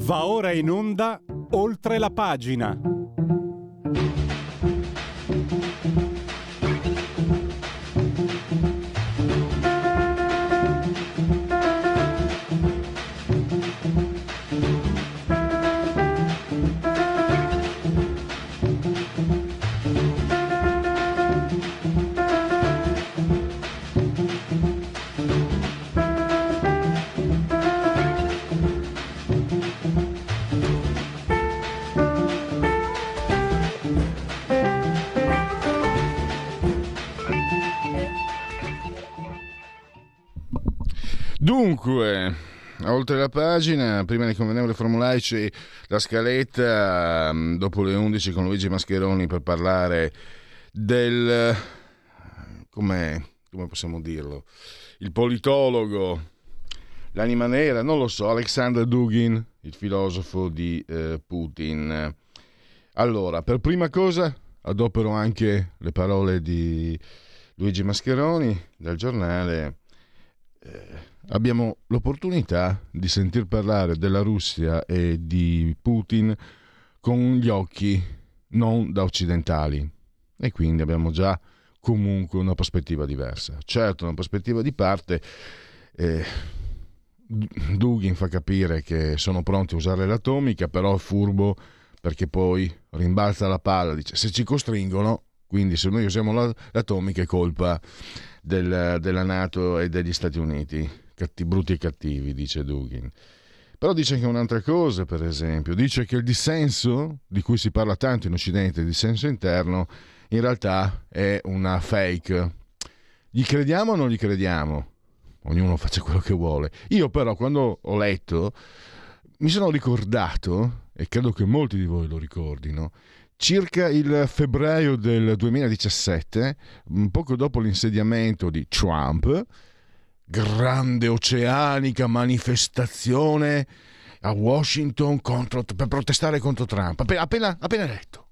Va ora in onda Oltre la pagina. Dunque, oltre la pagina, prima di convenevole formulaici la scaletta, dopo le 11 con Luigi Mascheroni per parlare del, come possiamo dirlo, il politologo, l'anima nera, non lo so, Alexander Dugin, il filosofo di Putin. Allora, per prima cosa adopero anche le parole di Luigi Mascheroni dal giornale. Abbiamo l'opportunità di sentir parlare della Russia e di Putin con gli occhi non da occidentali, e quindi abbiamo già comunque una prospettiva diversa. Certo, una prospettiva di parte. Dugin fa capire che sono pronti a usare l'atomica, però è furbo perché poi rimbalza la palla, dice se ci costringono, quindi se noi usiamo l'atomica è colpa della NATO e degli Stati Uniti, brutti e cattivi, dice Dugin. Però dice anche un'altra cosa, per esempio, dice che il dissenso di cui si parla tanto in Occidente, il dissenso interno, in realtà è una fake. Gli crediamo o non gli crediamo? Ognuno faccia quello che vuole. Io però quando ho letto mi sono ricordato, e credo che molti di voi lo ricordino, circa il febbraio del 2017, poco dopo l'insediamento di Trump, grande oceanica manifestazione a Washington per protestare contro Trump. Appena eletto.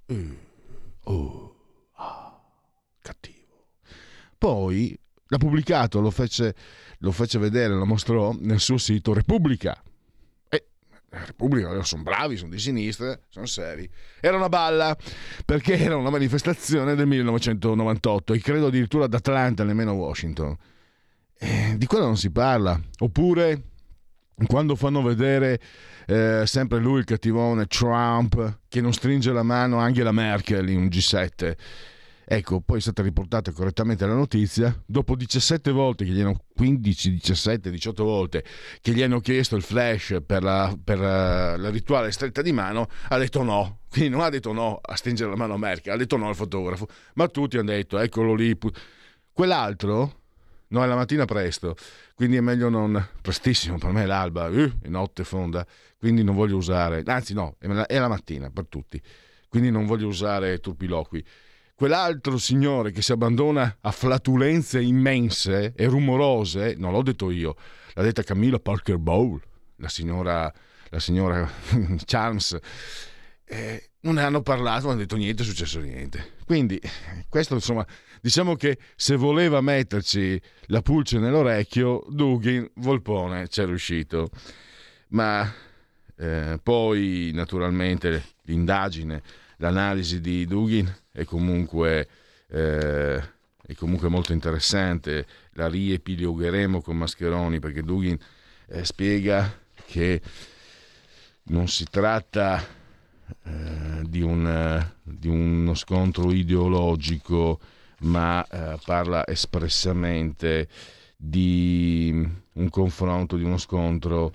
Cattivo. Poi l'ha pubblicato, lo fece vedere, lo mostrò nel suo sito Repubblica. Repubblica sono bravi, sono di sinistra, sono seri. Era una balla, perché era una manifestazione del 1998 e credo addirittura ad Atlanta, nemmeno Washington. Di quello non si parla. Oppure quando fanno vedere sempre lui il cattivone Trump che non stringe la mano a Angela Merkel in un G7. Ecco, poi è stata riportata correttamente la notizia, dopo 17 volte che gli hanno, 15, 17, 18 volte che gli hanno chiesto il flash per la rituale stretta di mano, ha detto no. Quindi non ha detto no a stringere la mano a Merkel, ha detto no al fotografo. Ma tutti hanno detto, eccolo lì. Quell'altro, no, è la mattina presto, quindi è meglio non, prestissimo, per me è l'alba, è notte fonda, quindi non voglio usare, anzi no, è la mattina per tutti, quindi non voglio usare turpiloqui. Quell'altro signore che si abbandona a flatulenze immense e rumorose, non l'ho detto io, l'ha detta Camilla Parker Bowles, la signora Charms, non ne hanno parlato, non hanno detto niente, è successo niente. Quindi questo, insomma, diciamo che se voleva metterci la pulce nell'orecchio, Dugin Volpone ci è riuscito. Ma poi naturalmente l'indagine, l'analisi di Dugin è comunque molto interessante. La riepilogheremo con Mascheroni, perché Dugin spiega che non si tratta di uno scontro ideologico, ma parla espressamente di un confronto, di uno scontro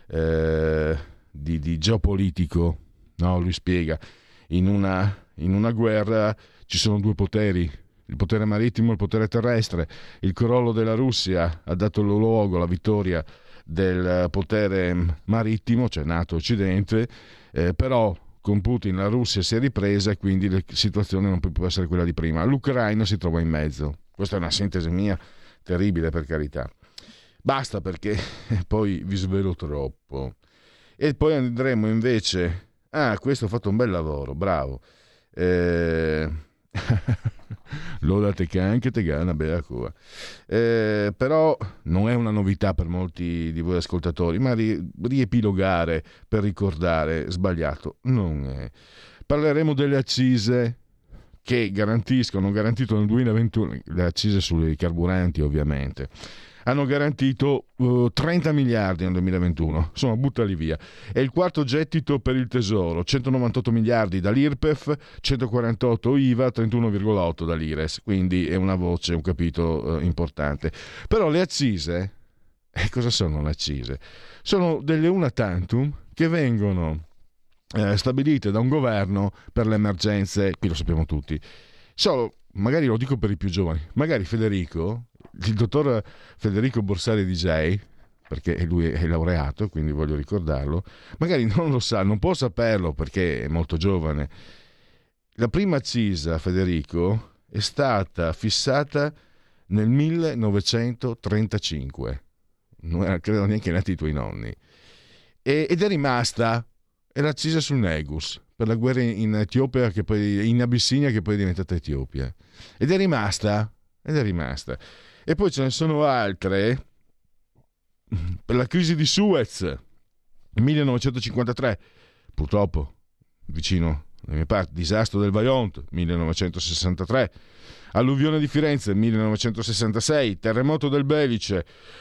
di geopolitico. No, lui spiega, in una guerra ci sono due poteri, il potere marittimo e il potere terrestre. Il crollo della Russia ha dato luogo alla vittoria del potere marittimo, cioè NATO Occidente, però con Putin la Russia si è ripresa e quindi la situazione non può essere quella di prima. L'Ucraina si trova in mezzo. Questa è una sintesi mia, terribile, per carità. Basta, perché poi vi svelo troppo. E poi andremo invece... questo ha fatto un bel lavoro, bravo. Lodate che anche te gana bella cua. Però non è una novità per molti di voi ascoltatori, ma riepilogare per ricordare sbagliato non è. Parleremo delle accise che hanno garantito nel 2021, le accise sui carburanti ovviamente, hanno garantito 30 miliardi nel 2021, insomma buttali via. È il quarto gettito per il tesoro, 198 miliardi dall'IRPEF, 148 IVA, 31,8 dall'IRES, quindi è una voce, un capitolo importante. Però le accise, cosa sono le accise? Sono delle una tantum che vengono stabilite da un governo per le emergenze, qui lo sappiamo tutti. Solo, magari lo dico per i più giovani, magari Federico, il dottor Federico Borsari DJ, perché lui è laureato, quindi voglio ricordarlo, magari non lo sa, non può saperlo perché è molto giovane. La prima accisa, Federico, è stata fissata nel 1935, non era, credo, neanche nati i tuoi nonni, ed è rimasta. È l'accisa sul Negus per la guerra in Etiopia, che poi in Abissinia, che poi è diventata Etiopia, ed è rimasta. E poi ce ne sono altre per la crisi di Suez 1953, purtroppo vicino alle mie parti, disastro del Vajont 1963, alluvione di Firenze 1966, terremoto del Belice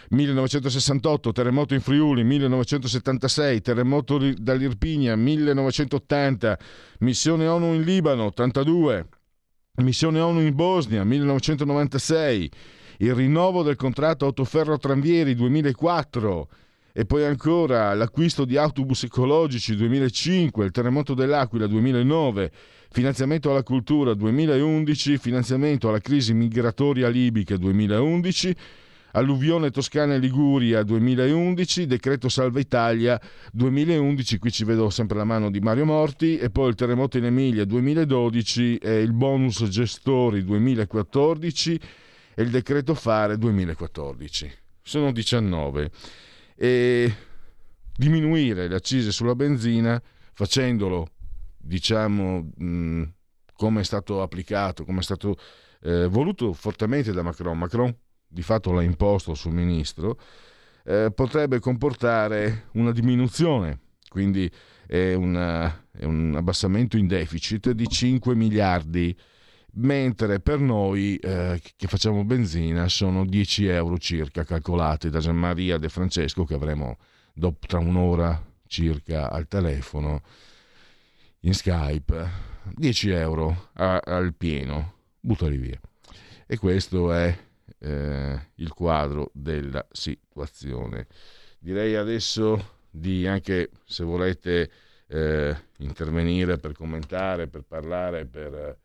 1968, terremoto in Friuli 1976, terremoto dall'Irpinia 1980, missione ONU in Libano 82, missione ONU in Bosnia 1996, il rinnovo del contratto Autoferro Tranvieri 2004, e poi ancora l'acquisto di autobus ecologici 2005, il terremoto dell'Aquila 2009, finanziamento alla cultura 2011, finanziamento alla crisi migratoria libica 2011, alluvione Toscana e Liguria 2011, decreto Salva Italia 2011, qui ci vedo sempre la mano di Mario Morti, e poi il terremoto in Emilia 2012, e il bonus gestori 2014 e il decreto Fare 2014. Sono 19. E diminuire le accise sulla benzina facendolo, diciamo, come è stato applicato, come è stato voluto fortemente da Macron di fatto l'ha imposto sul ministro, potrebbe comportare una diminuzione, quindi è un abbassamento in deficit di 5 miliardi, mentre per noi che facciamo benzina sono 10 euro circa calcolati da Gianmaria De Francesco, che avremo tra un'ora circa al telefono in Skype. 10 euro al pieno, buttali via. E questo è il quadro della situazione. Direi adesso di, anche se volete intervenire per commentare, per parlare, per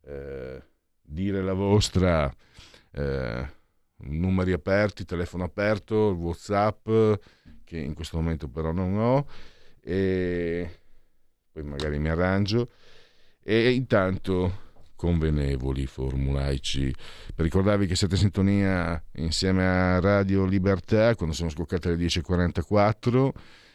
dire la vostra, numeri aperti, telefono aperto, il WhatsApp che in questo momento però non ho, e poi magari mi arrangio, e intanto convenevoli formulaici per ricordarvi che siete in sintonia insieme a Radio Libertà quando sono scoccate le 10.44.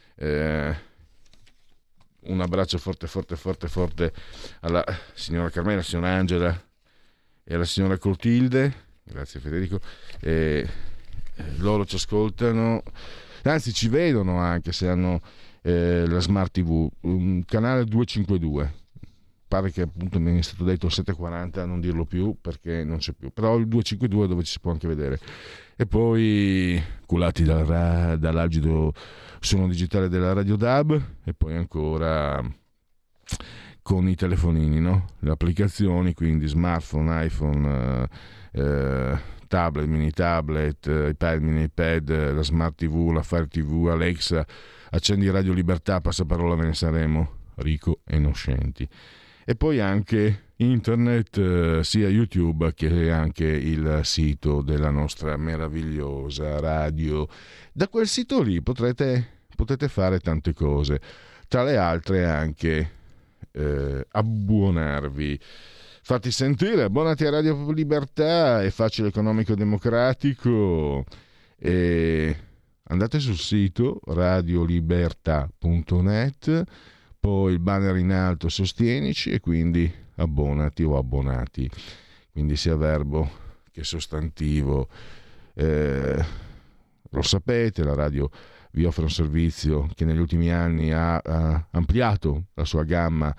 Un abbraccio forte alla signora Carmela, alla signora Angela e alla signora Clotilde. Grazie Federico. Loro ci ascoltano, anzi ci vedono anche se hanno la Smart TV, un canale 252. Pare che appunto mi è stato detto 740, non dirlo più perché non c'è più, però il 252 dove ci si può anche vedere. E poi culati dall'algido suono digitale della Radio DAB, e poi ancora con i telefonini, no? Le applicazioni, quindi smartphone, iPhone, tablet, mini tablet, iPad, mini iPad, la Smart TV, la Fire TV, Alexa, accendi Radio Libertà, passaparola, ve ne saremo Rico e Noscenti. E poi anche internet, sia YouTube che anche il sito della nostra meravigliosa radio. Da quel sito lì potete fare tante cose, tra le altre anche abbonarvi, farti sentire. Abbonati a Radio Libertà, è facile, economico, democratico, e andate sul sito radiolibertà.net, poi il banner in alto sostienici, e quindi abbonati o abbonati, quindi sia verbo che sostantivo. Lo sapete, la radio vi offre un servizio che negli ultimi anni ha ampliato la sua gamma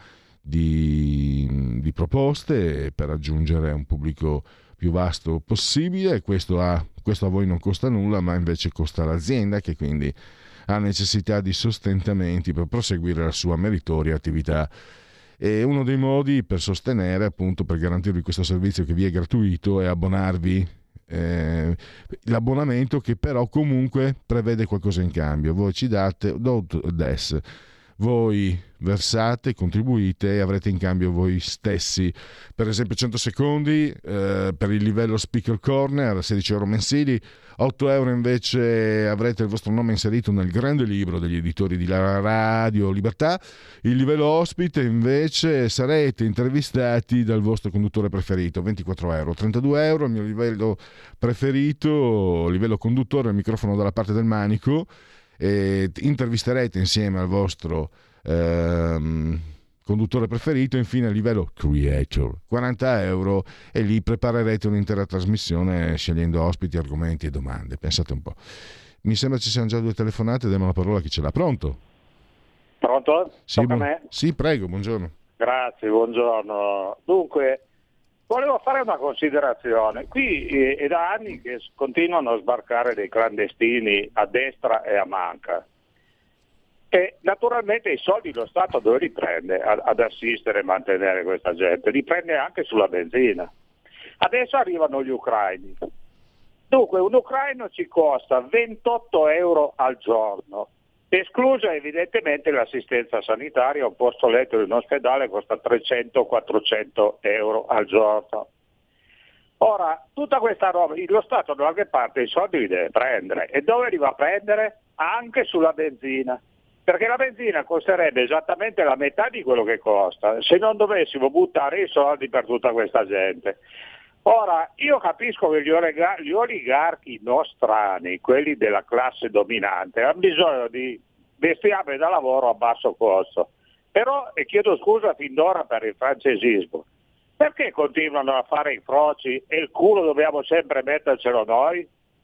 di proposte per raggiungere un pubblico più vasto possibile. Questo a voi non costa nulla, ma invece costa all'azienda, che quindi ha necessità di sostentamenti per proseguire la sua meritoria attività. E uno dei modi per sostenere, appunto, per garantirvi questo servizio che vi è gratuito, è abbonarvi. L'abbonamento, che però comunque prevede qualcosa in cambio. Voi ci date voi versate, contribuite e avrete in cambio voi stessi, per esempio 100 secondi per il livello Speaker Corner, 16 euro mensili, 8 euro invece avrete il vostro nome inserito nel grande libro degli editori di Radio Libertà. Il livello ospite invece sarete intervistati dal vostro conduttore preferito, 24 euro, 32 euro il mio livello preferito, livello conduttore, il microfono dalla parte del manico, e intervisterete insieme al vostro conduttore preferito. Infine a livello creator, 40 euro, e lì preparerete un'intera trasmissione scegliendo ospiti, argomenti e domande. Pensate un po'. Mi sembra ci siano già 2 telefonate, diamo la parola a chi ce l'ha. Pronto? Pronto? Sì, Tocca a me? Sì, prego, buongiorno. Grazie, buongiorno. Dunque, volevo fare una considerazione. Qui è da anni che continuano a sbarcare dei clandestini a destra e a manca. E naturalmente i soldi lo Stato dove li prende ad assistere e mantenere questa gente? Li prende anche sulla benzina. Adesso arrivano gli ucraini. Dunque un ucraino ci costa 28 euro al giorno, esclusa evidentemente l'assistenza sanitaria. Un posto letto in un ospedale costa 300-400 euro al giorno. Ora, tutta questa roba, lo Stato da qualche parte i soldi li deve prendere, e dove li va a prendere? Anche sulla benzina, perché la benzina costerebbe esattamente la metà di quello che costa se non dovessimo buttare i soldi per tutta questa gente. Ora, io capisco che gli oligarchi nostrani, quelli della classe dominante, hanno bisogno di bestiame da lavoro a basso costo, però, e chiedo scusa fin d'ora per il francesismo, perché continuano a fare i froci e il culo dobbiamo sempre mettercelo noi?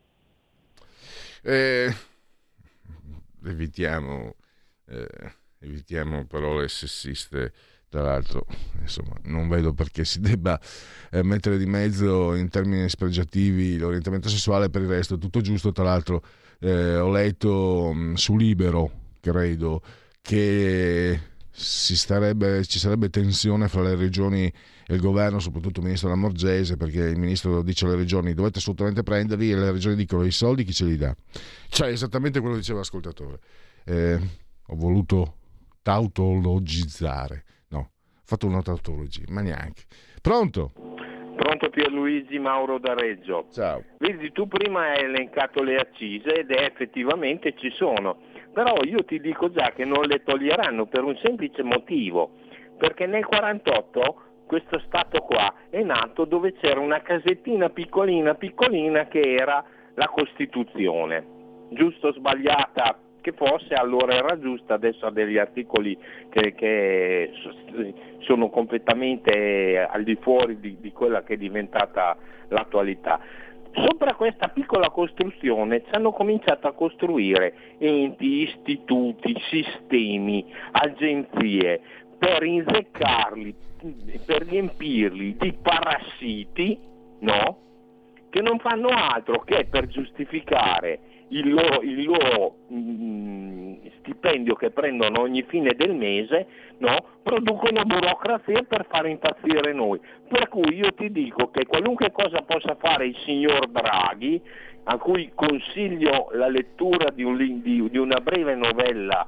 Evitiamo parole sessiste. Tra l'altro, insomma, non vedo perché si debba mettere di mezzo in termini spregiativi l'orientamento sessuale. Per il resto è tutto giusto. Tra l'altro ho letto su Libero, credo, che ci sarebbe tensione fra le regioni e il governo, soprattutto il ministro Lamorgese, perché il ministro dice alle regioni: dovete assolutamente prenderli, e le regioni dicono: i soldi chi ce li dà? Cioè, esattamente quello che diceva l'ascoltatore. Ho voluto tautologizzare. Ho fatto una tautologia, ma neanche. Pronto? Pronto, Pierluigi, Mauro da Reggio. Ciao. Vedi, tu prima hai elencato le accise ed effettivamente ci sono, però io ti dico già che non le toglieranno per un semplice motivo, perché nel 48 questo Stato qua è nato dove c'era una casettina piccolina che era la Costituzione, giusto o sbagliata che fosse, allora era giusta, adesso ha degli articoli che sono completamente al di fuori di quella che è diventata l'attualità. Sopra questa piccola costruzione ci hanno cominciato a costruire enti, istituti, sistemi, agenzie per inzeccarli, per riempirli di parassiti, no? Che non fanno altro che per giustificare il loro stipendio che prendono ogni fine del mese, no? Producono burocrazia per far impazzire noi. Per cui io ti dico che qualunque cosa possa fare il signor Draghi, a cui consiglio la lettura di una breve novella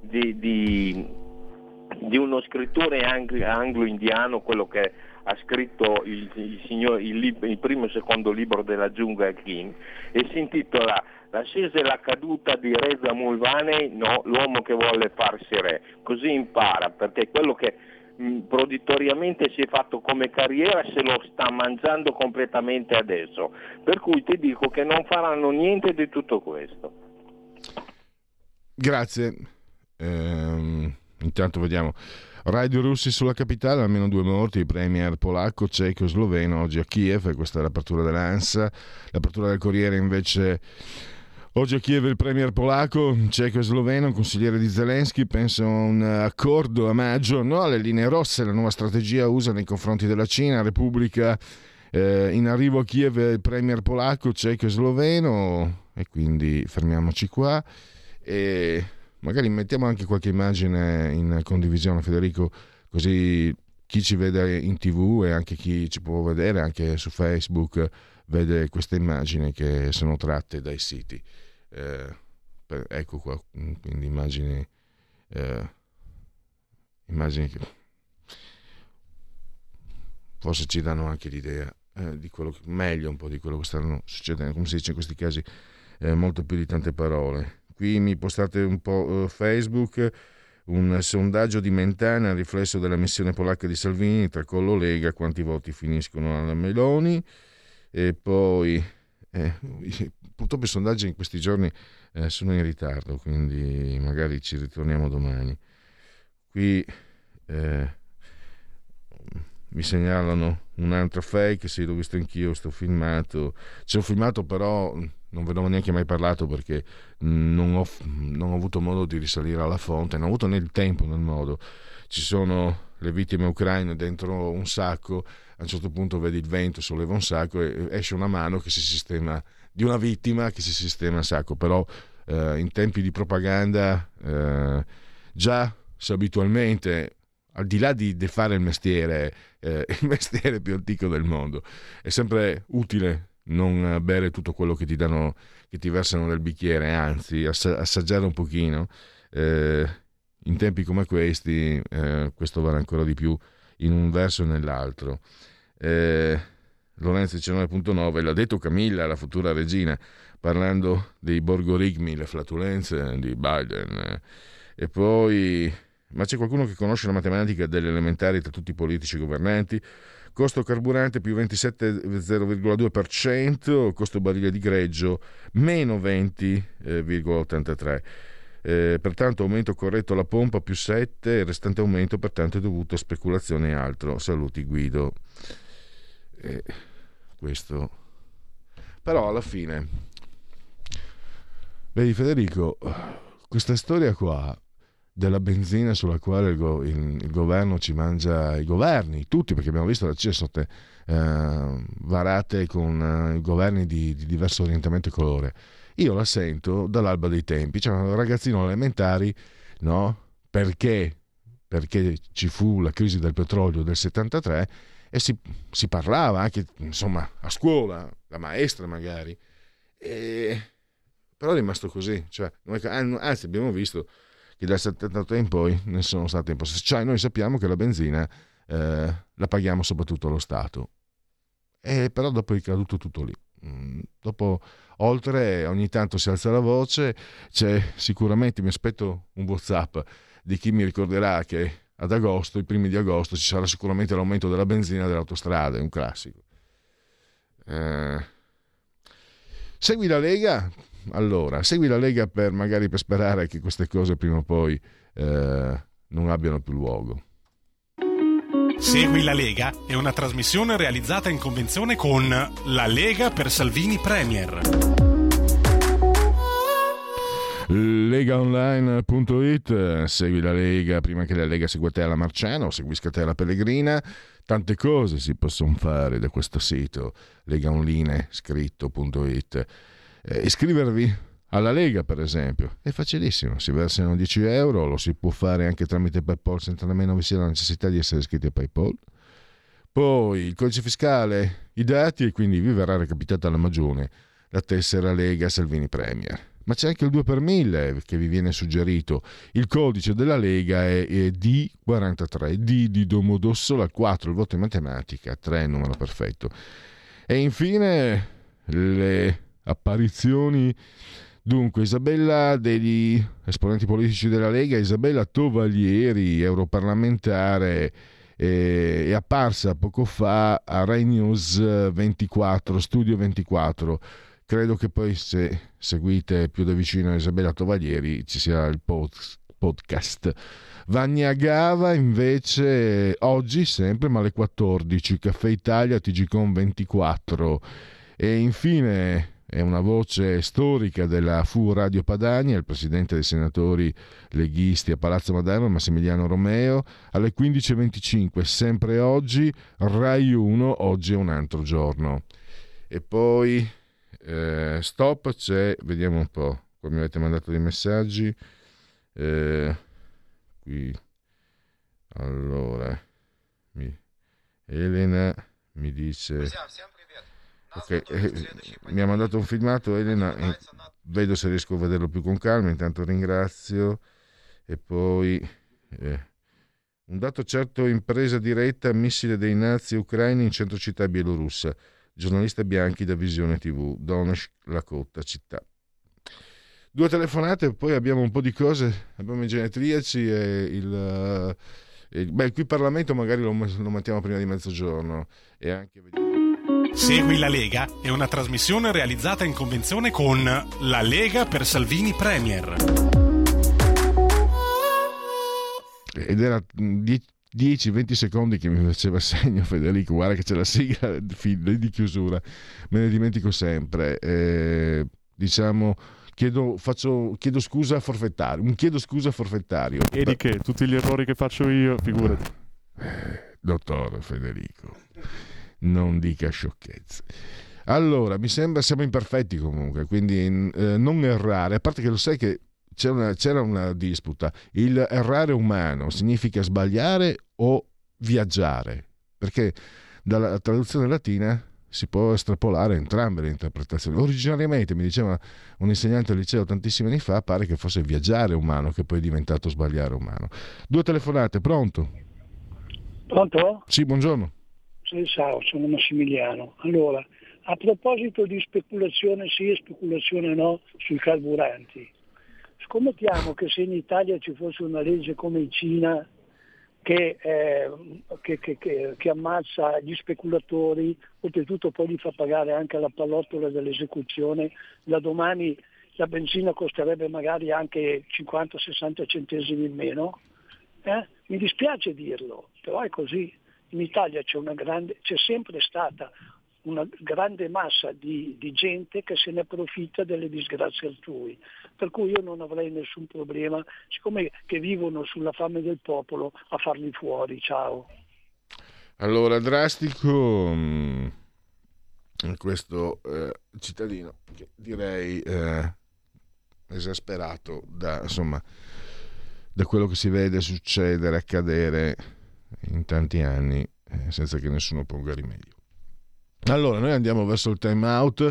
di uno scrittore anglo-indiano, quello che ha scritto il primo e secondo libro della giungla King, e si intitola L'ascesa e la caduta di Reza Mulvaney, no, l'uomo che vuole farsi re. Così impara, perché quello che proditoriamente si è fatto come carriera se lo sta mangiando completamente adesso, per cui ti dico che non faranno niente di tutto questo. Grazie. Intanto vediamo. Raid russi sulla capitale, almeno 2 morti, il premier polacco, ceco e sloveno oggi a Kiev, e questa è l'apertura dell'ANSA. L'apertura del Corriere invece: oggi a Kiev il premier polacco, ceco e sloveno, consigliere di Zelensky, pensa a un accordo a maggio, no alle linee rosse, la nuova strategia USA nei confronti della Cina. Repubblica, in arrivo a Kiev il premier polacco, ceco e sloveno, e quindi fermiamoci qua e magari mettiamo anche qualche immagine in condivisione, Federico, così chi ci vede in TV e anche chi ci può vedere anche su Facebook vede queste immagini che sono tratte dai siti. Ecco qua, quindi immagini che forse ci danno anche l'idea di quello meglio un po' di quello che stanno succedendo, come si dice in questi casi, molto più di tante parole. Qui mi postate un po' Facebook, un sondaggio di Mentana, riflesso della missione polacca di Salvini, tracollo Lega, quanti voti finiscono alla Meloni. E poi purtroppo i sondaggi in questi giorni sono in ritardo, quindi magari ci ritorniamo domani. Qui mi segnalano un'altra fake, sì, l'ho visto anch'io, sto filmato. C'è un filmato, però non ve ne ho neanche mai parlato perché non ho avuto modo di risalire alla fonte, non ho avuto né il tempo né il modo. Ci sono le vittime ucraine dentro un sacco, a un certo punto vedi il vento, solleva un sacco e esce una mano che si sistema, di una vittima che si sistema il sacco. Però in tempi di propaganda, già se abitualmente, al di là di fare il mestiere più antico del mondo, è sempre utile non bere tutto quello che ti danno, che ti versano nel bicchiere, anzi assaggiare un pochino. In tempi come questi questo vale ancora di più in un verso e nell'altro. Lorenzo 19.9 l'ha detto Camilla, la futura regina, parlando dei borgorigmi, le flatulenze di Biden. E poi, ma c'è qualcuno che conosce la matematica delle elementari tra tutti i politici governanti? Costo carburante più 27,2%, costo barile di greggio meno 20,83%. Pertanto aumento corretto alla pompa più 7%, il restante aumento pertanto è dovuto a speculazione e altro. Saluti Guido. Questo però alla fine, vedi Federico, questa storia qua della benzina sulla quale il governo ci mangia, i governi tutti, perché abbiamo visto che ci sono state varate con governi di diverso orientamento e colore, io la sento dall'alba dei tempi. C'era un ragazzino elementari, no? Perché ci fu la crisi del petrolio del 73 e si parlava anche, insomma, a scuola, la maestra magari, però è rimasto così, cioè, anzi abbiamo visto che dal 73 in poi ne sono state in possesso. Cioè noi sappiamo che la benzina la paghiamo soprattutto allo Stato, però dopo è caduto tutto lì. Dopo, oltre, ogni tanto si alza la voce, c'è sicuramente, mi aspetto un WhatsApp di chi mi ricorderà che ad agosto, i primi di agosto, ci sarà sicuramente l'aumento della benzina delle autostrade, è un classico. Segui la Lega? Allora, segui la Lega magari per sperare che queste cose prima o poi non abbiano più luogo. Segui la Lega è una trasmissione realizzata in convenzione con La Lega per Salvini Premier. Legaonline.it, segui la Lega prima che la Lega segua te alla Marciano o seguisca te alla Pellegrina. Tante cose si possono fare da questo sito legaonline.it. Iscrivervi alla Lega, per esempio, è facilissimo, si versano 10 euro, lo si può fare anche tramite PayPal senza nemmeno vi sia la necessità di essere iscritti a PayPal. Poi il codice fiscale, i dati, e quindi vi verrà recapitata alla magione la tessera Lega Salvini Premier. Ma c'è anche il 2 per 1000 che vi viene suggerito. Il codice della Lega è D43, D di Domodossola, 4 il voto in matematica, 3 il numero perfetto. E infine le apparizioni. Dunque, Isabella, degli esponenti politici della Lega, Isabella Tovaglieri, europarlamentare, è apparsa poco fa a Rai News 24, Studio 24. Credo che poi, se seguite più da vicino Isabella Tovaglieri, ci sia il podcast. Vagnagava invece oggi sempre, ma alle 14, Caffè Italia, TGcom 24. E infine è una voce storica della FU Radio Padania, il presidente dei senatori leghisti a Palazzo Madama, Massimiliano Romeo, alle 15.25, sempre oggi, Rai 1, oggi è un altro giorno. E poi stop, c'è, vediamo un po', qua mi avete mandato dei messaggi, qui, allora, Elena mi dice... Ok, mi ha mandato un filmato Elena, vedo se riesco a vederlo più con calma, intanto ringrazio. E poi un dato certo, impresa diretta, missile dei nazi ucraini in centro città bielorussa, giornalista bianchi da Visione TV, Donetsk, Lakota città. 2 telefonate e poi abbiamo un po' di cose, abbiamo i genetriaci e qui Parlamento magari lo mettiamo prima di mezzogiorno e anche... Segui la Lega è una trasmissione realizzata in convenzione con La Lega per Salvini Premier. Ed era 10-20 secondi che mi faceva segno Federico, guarda che c'è la sigla di chiusura, me ne dimentico sempre. Diciamo, chiedo scusa forfettario, E di che? Tutti gli errori che faccio io, figurati. Dottor Federico, non dica sciocchezze. Allora, mi sembra siamo imperfetti comunque, quindi non errare, a parte che lo sai che c'era una disputa, il errare umano significa sbagliare o viaggiare, perché dalla traduzione latina si può estrapolare entrambe le interpretazioni. Originariamente, mi diceva un insegnante al liceo tantissimi anni fa, pare che fosse viaggiare umano che poi è diventato sbagliare umano. 2 telefonate, pronto? Pronto? Sì, buongiorno. Sì, ciao, sono Massimiliano. Allora, a proposito di speculazione sì e speculazione no sui carburanti, scommettiamo che se in Italia ci fosse una legge come in Cina che ammazza gli speculatori, oltretutto poi li fa pagare anche la pallottola dell'esecuzione, da domani la benzina costerebbe magari anche 50-60 centesimi in meno, mi dispiace dirlo, però è così. In Italia c'è sempre stata una grande massa di gente che se ne approfitta delle disgrazie altrui, per cui io non avrei nessun problema, siccome che vivono sulla fame del popolo, a farli fuori. Ciao. Allora, drastico questo cittadino, che direi esasperato da quello che si vede succedere, accadere in tanti anni senza che nessuno ponga rimedio. Allora, noi andiamo verso il time out.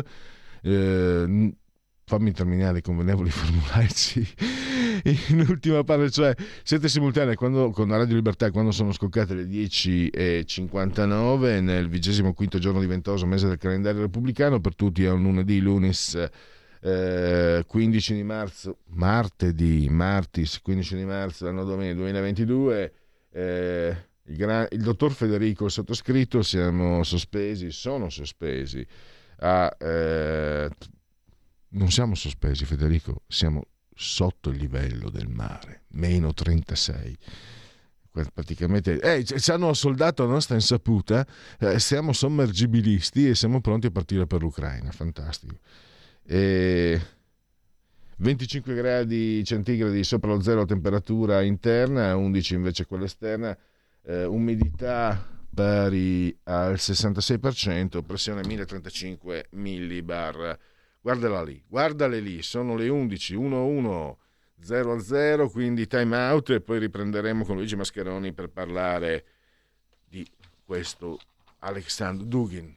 Fammi terminare i convenevoli formulaici in ultima parte, cioè siete simultanei con la Radio Libertà quando sono scoccate le 10:59 nel 25° giorno di ventoso mese del calendario repubblicano. Per tutti è un lunedì, lunis 15 di marzo, martis 15 di marzo anno domini 2022. Il dottor Federico, il sottoscritto, sono sospesi non siamo sospesi, Federico, siamo sotto il livello del mare, meno 36. Praticamente ci hanno assoldato a nostra insaputa, siamo sommergibilisti e siamo pronti a partire per l'Ucraina, fantastico. 25 gradi centigradi sopra lo zero temperatura interna, 11 invece quella esterna, umidità pari al 66%, pressione 1035 millibar. Guardale lì, sono le 11:00, quindi time out e poi riprenderemo con Luigi Mascheroni per parlare di questo Alexander Dugin.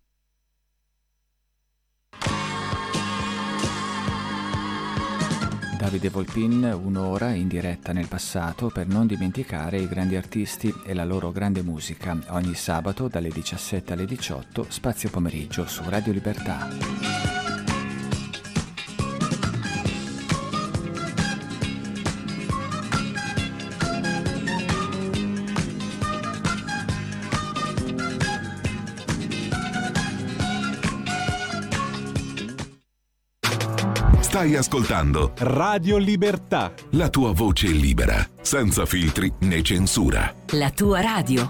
Davide Volpin, un'ora in diretta nel passato per non dimenticare i grandi artisti e la loro grande musica, ogni sabato dalle 17 alle 18, spazio pomeriggio su Radio Libertà. Stai ascoltando Radio Libertà. La tua voce libera, senza filtri né censura. La tua radio.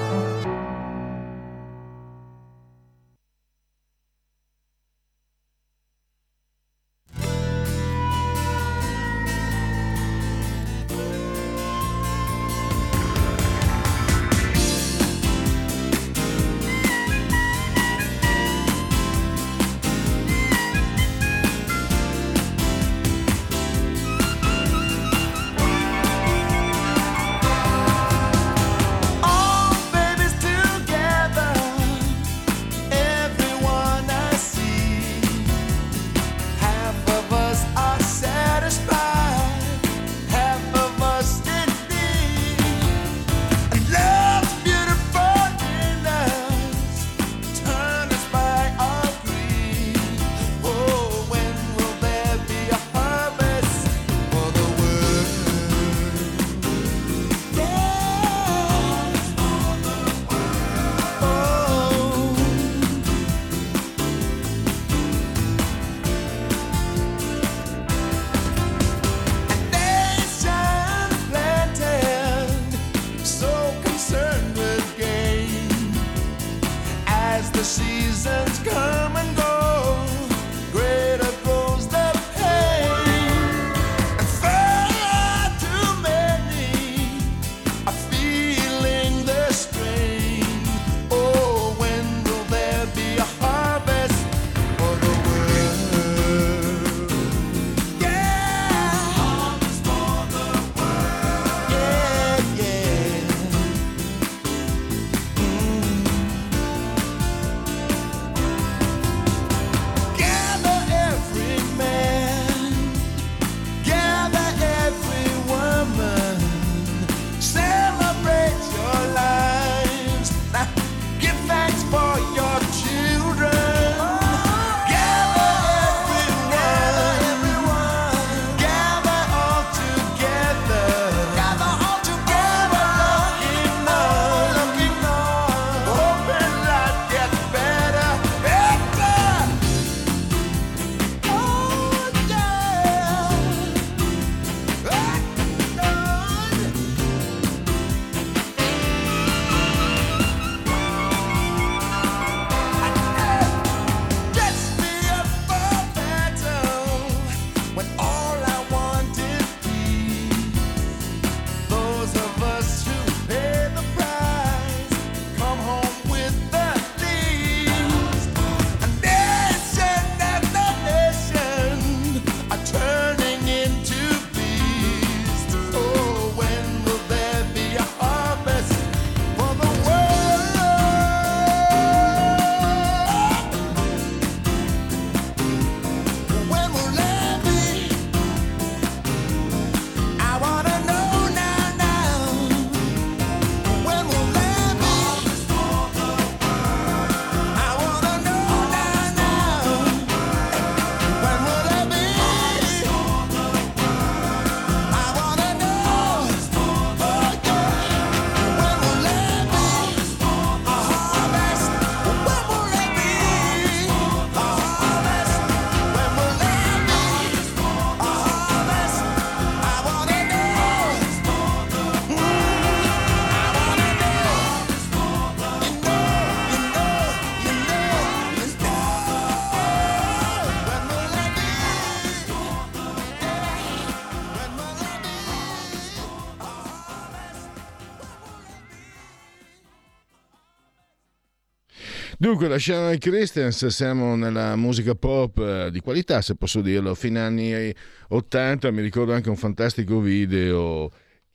Dunque, da Shannon Christians siamo nella musica pop di qualità, se posso dirlo, fine anni 80. Mi ricordo anche un fantastico video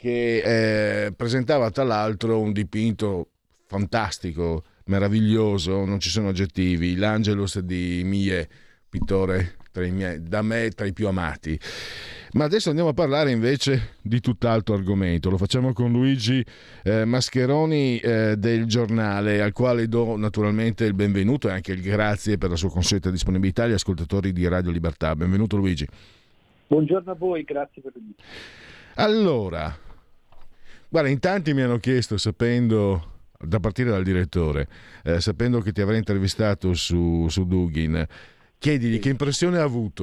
che presentava tra l'altro un dipinto fantastico, meraviglioso, non ci sono aggettivi, l'Angelus di Millet, pittore da me tra i più amati. Ma adesso andiamo a parlare invece di tutt'altro argomento. Lo facciamo con Luigi Mascheroni del Giornale, al quale do naturalmente il benvenuto e anche il grazie per la sua consueta disponibilità agli ascoltatori di Radio Libertà. Benvenuto Luigi. Buongiorno a voi, grazie per l'invito. Allora, guarda, in tanti mi hanno chiesto, sapendo, da partire dal direttore, sapendo che ti avrei intervistato su Dugin, chiedigli che impressione ha avuto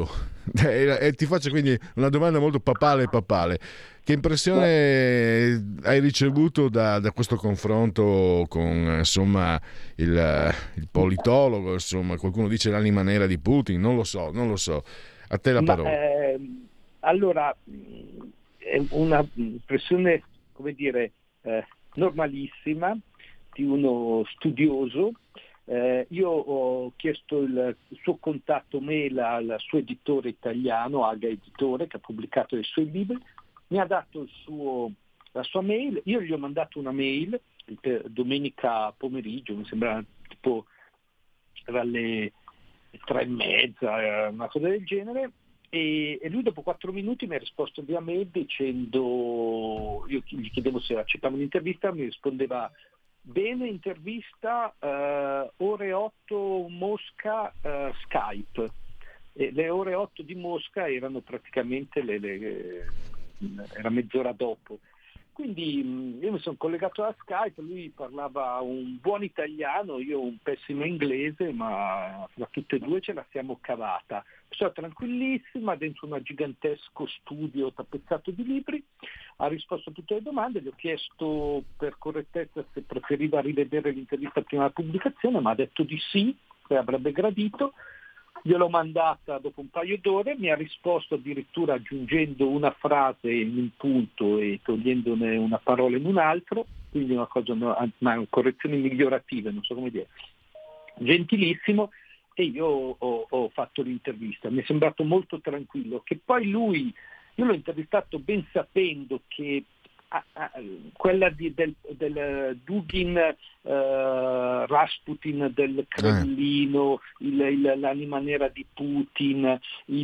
E ti faccio quindi una domanda molto papale. Che impressione hai ricevuto da questo confronto con, insomma, il politologo, insomma, qualcuno dice l'anima nera di Putin, non lo so. A te la parola. Allora, è una impressione, come dire, normalissima di uno studioso. Io ho chiesto il suo contatto mail al suo editore italiano, Aga Editore, che ha pubblicato i suoi libri, mi ha dato la sua mail, io gli ho mandato una mail domenica pomeriggio, mi sembra tipo era alle 3:30, una cosa del genere, e lui dopo 4 minuti mi ha risposto via mail dicendo, io gli chiedevo se accettava un'intervista, mi rispondeva: bene, intervista, ore 8 Mosca, Skype. E le ore 8 di Mosca erano praticamente era mezz'ora dopo. Quindi io mi sono collegato a Skype, lui parlava un buon italiano, io un pessimo inglese, ma fra tutte e due ce la siamo cavata. Persona tranquillissima, dentro un gigantesco studio tappezzato di libri, ha risposto a tutte le domande, gli ho chiesto per correttezza se preferiva rivedere l'intervista prima della pubblicazione, ma ha detto di sì, che avrebbe gradito. Gliel'ho mandata dopo un paio d'ore, mi ha risposto addirittura aggiungendo una frase in un punto e togliendone una parola in un altro, quindi una correzioni migliorative, non so come dire. Gentilissimo, e io ho fatto l'intervista. Mi è sembrato molto tranquillo, che poi io l'ho intervistato ben sapendo che quella del Dugin, Rasputin del Cremlino, l'anima nera di Putin,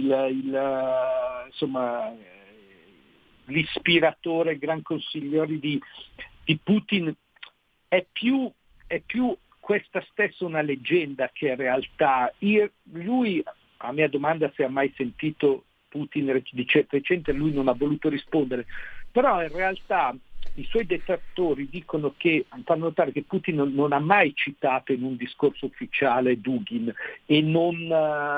insomma, l'ispiratore, il gran consigliere di Putin, è più questa stessa una leggenda che realtà. Lui, a mia domanda se ha mai sentito Putin di recente, lui non ha voluto rispondere, però in realtà i suoi detrattori fanno notare che Putin non ha mai citato in un discorso ufficiale Dugin e non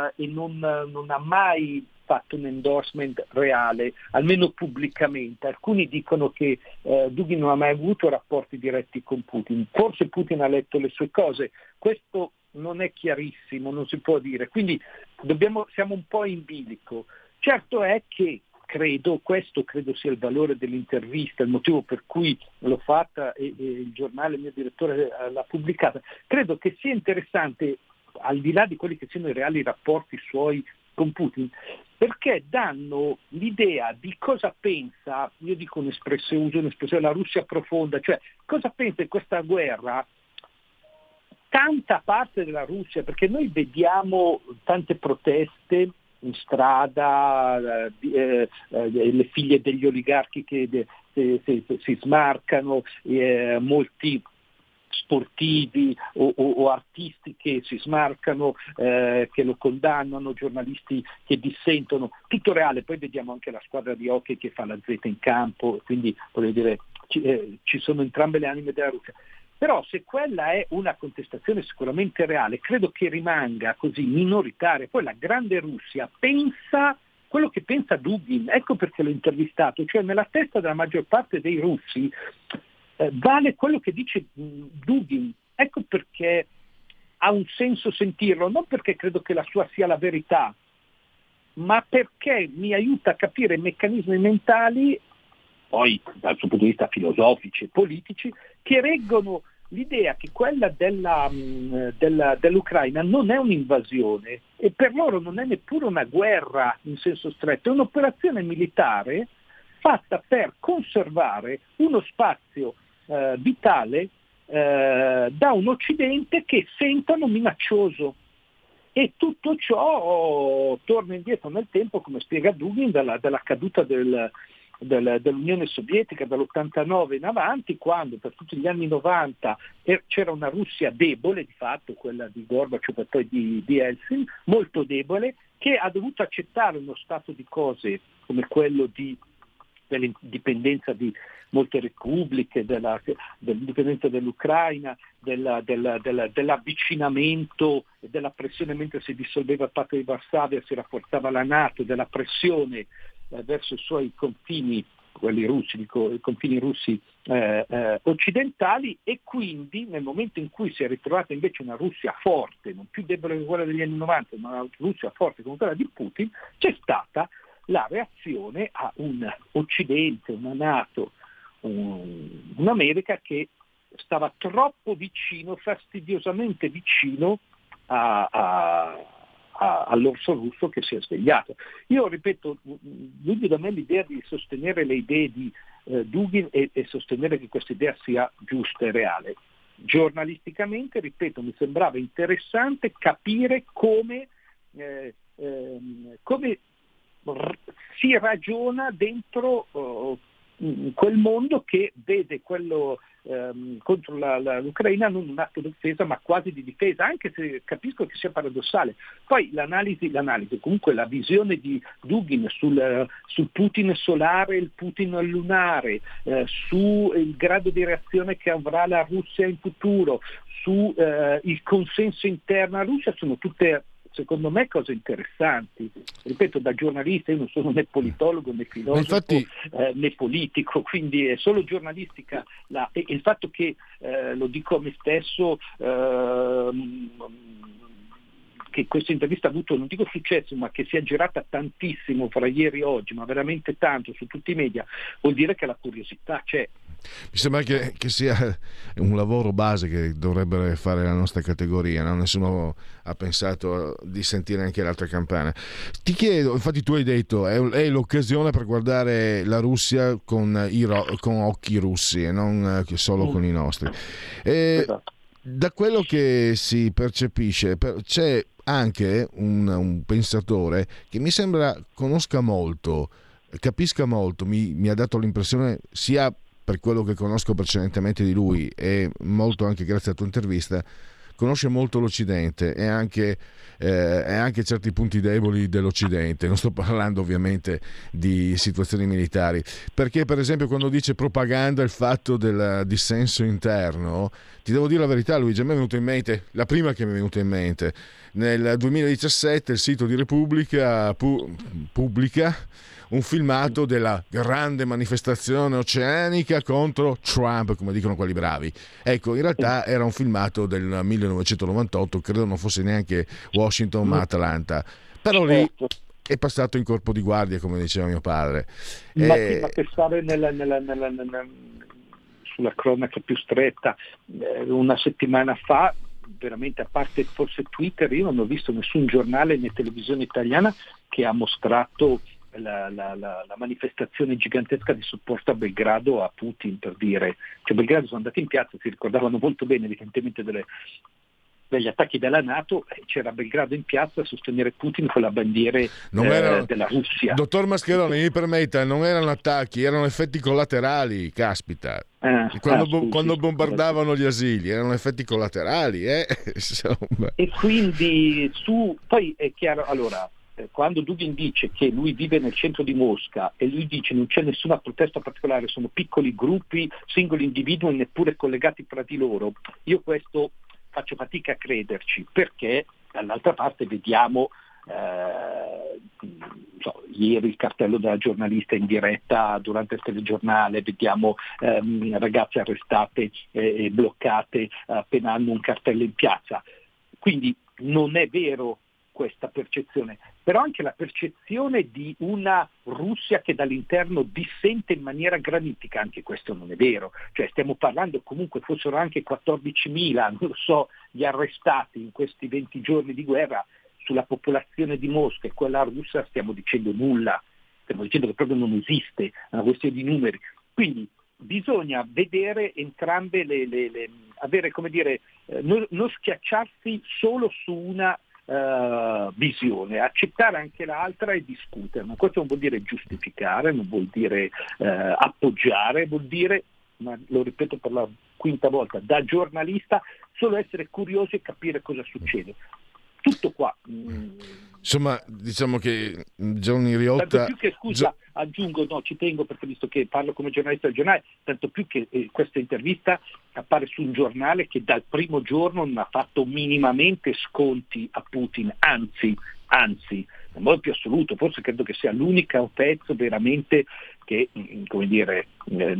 ha mai fatto un endorsement reale, almeno pubblicamente. Alcuni dicono che Dugin non ha mai avuto rapporti diretti con Putin, forse Putin ha letto le sue cose, questo non è chiarissimo, non si può dire, quindi siamo un po' in bilico. Certo è che credo sia il valore dell'intervista, il motivo per cui l'ho fatta e il giornale, il mio direttore l'ha pubblicata. Credo che sia interessante, al di là di quelli che siano i reali rapporti suoi con Putin, perché danno l'idea di cosa pensa, io dico uso un'espressione, la Russia profonda, cioè cosa pensa di questa guerra tanta parte della Russia, perché noi vediamo tante proteste in strada, le figlie degli oligarchi che si smarcano, molti sportivi o artisti che si smarcano, che lo condannano, giornalisti che dissentono, tutto reale. Poi vediamo anche la squadra di hockey che fa la Z in campo, quindi voglio dire ci sono entrambe le anime della Russia. Però se quella è una contestazione sicuramente reale, credo che rimanga così minoritaria. Poi la grande Russia pensa quello che pensa Dugin, ecco perché l'ho intervistato, cioè nella testa della maggior parte dei russi vale quello che dice Dugin, ecco perché ha un senso sentirlo, non perché credo che la sua sia la verità, ma perché mi aiuta a capire i meccanismi mentali, poi dal suo punto di vista filosofici e politici, che reggono l'idea che quella dell'Ucraina non è un'invasione e per loro non è neppure una guerra in senso stretto, è un'operazione militare fatta per conservare uno spazio vitale da un Occidente che sentono minaccioso. E tutto ciò torna indietro nel tempo, come spiega Dugin, dalla caduta dell'Unione Sovietica dall'89 in avanti, quando per tutti gli anni 90 c'era una Russia debole, di fatto quella di Gorbaciov e poi di Eltsin, molto debole, che ha dovuto accettare uno stato di cose come quello di dell'indipendenza di molte repubbliche, dell'indipendenza dell'Ucraina, dell'avvicinamento e della pressione mentre si dissolveva il patto di Varsavia, si rafforzava la NATO, della pressione verso i suoi confini, quelli russi, dico i confini russi occidentali, e quindi nel momento in cui si è ritrovata invece una Russia forte, non più debole come quella degli anni 90, ma una Russia forte come quella di Putin, c'è stata la reazione a un Occidente, una NATO, un'America che stava troppo vicino, fastidiosamente vicino all'orso russo che si è svegliato. Io ripeto, lungi da me l'idea di sostenere le idee di Dugin e sostenere che questa idea sia giusta e reale. Giornalisticamente, ripeto, mi sembrava interessante capire come si ragiona dentro quel mondo che vede quello contro l'Ucraina non un atto di offesa ma quasi di difesa, anche se capisco che sia paradossale. Poi l'analisi, comunque la visione di Dugin sul Putin solare, il Putin lunare, su il grado di reazione che avrà la Russia in futuro, su il consenso interno alla Russia, sono tutte secondo me cose interessanti. Ripeto, da giornalista io non sono né politologo né filosofo né politico, quindi è solo giornalistica e il fatto che lo dico a me stesso che questa intervista ha avuto, non dico successo, ma che si è girata tantissimo fra ieri e oggi, ma veramente tanto su tutti i media, vuol dire che la curiosità c'è. Mi sembra che sia un lavoro base che dovrebbe fare la nostra categoria, no? Nessuno ha pensato di sentire anche l'altra campana. Ti chiedo, infatti tu hai detto è l'occasione per guardare la Russia con occhi russi e non solo con i nostri. Da quello che si percepisce c'è anche un pensatore che mi sembra conosca molto, capisca molto, mi ha dato l'impressione, sia per quello che conosco precedentemente di lui e molto anche grazie alla tua intervista, conosce molto l'Occidente e anche certi punti deboli dell'Occidente. Non sto parlando ovviamente di situazioni militari, perché per esempio quando dice propaganda il fatto del dissenso interno, ti devo dire la verità, Luigi, a me è venuto in mente, la prima che mi è venuta in mente, nel 2017 il sito di Repubblica pubblica un filmato della grande manifestazione oceanica contro Trump, come dicono quelli bravi. Ecco, in realtà era un filmato del 1998, credo non fosse neanche Washington ma Atlanta, però lì è passato in corpo di guardia, come diceva mio padre. Ma per stare sulla cronaca più stretta, una settimana fa, veramente, a parte forse Twitter, io non ho visto nessun giornale né televisione italiana che ha mostrato la manifestazione gigantesca di supporto a Belgrado a Putin, per dire. Cioè, Belgrado sono andati in piazza, si ricordavano molto bene evidentemente degli attacchi della NATO, c'era Belgrado in piazza a sostenere Putin con la bandiera della Russia. Dottor Mascheroni, mi permetta, non erano attacchi, erano effetti collaterali, caspita. Quando bombardavano gli asili erano effetti collaterali, insomma. E quindi poi è chiaro, allora, quando Dugin dice che lui vive nel centro di Mosca e lui dice non c'è nessuna protesta particolare, sono piccoli gruppi, singoli individui neppure collegati fra di loro, io questo faccio fatica a crederci, perché dall'altra parte vediamo ieri il cartello della giornalista in diretta durante il telegiornale, vediamo ragazze arrestate e bloccate appena hanno un cartello in piazza, quindi non è vero questa percezione, però anche la percezione di una Russia che dall'interno dissente in maniera granitica, anche questo non è vero, cioè stiamo parlando, comunque fossero anche 14.000, non lo so, gli arrestati in questi 20 giorni di guerra sulla popolazione di Mosca e quella russa, stiamo dicendo nulla, stiamo dicendo che proprio non esiste, è una questione di numeri, quindi bisogna vedere entrambe avere, come dire, non schiacciarsi solo su una visione, accettare anche l'altra e discuterne. Questo non vuol dire giustificare, non vuol dire appoggiare, vuol dire, ma lo ripeto per la quinta volta, da giornalista solo essere curiosi e capire cosa succede. Tutto qua. Insomma, diciamo che Gianni Riotta... Tanto più che, scusa, aggiungo, no, ci tengo perché visto che parlo come giornalista del giornale, tanto più che questa intervista appare su un giornale che dal primo giorno non ha fatto minimamente sconti a Putin, anzi, nel modo più assoluto, forse credo che sia l'unico pezzo veramente che, come dire,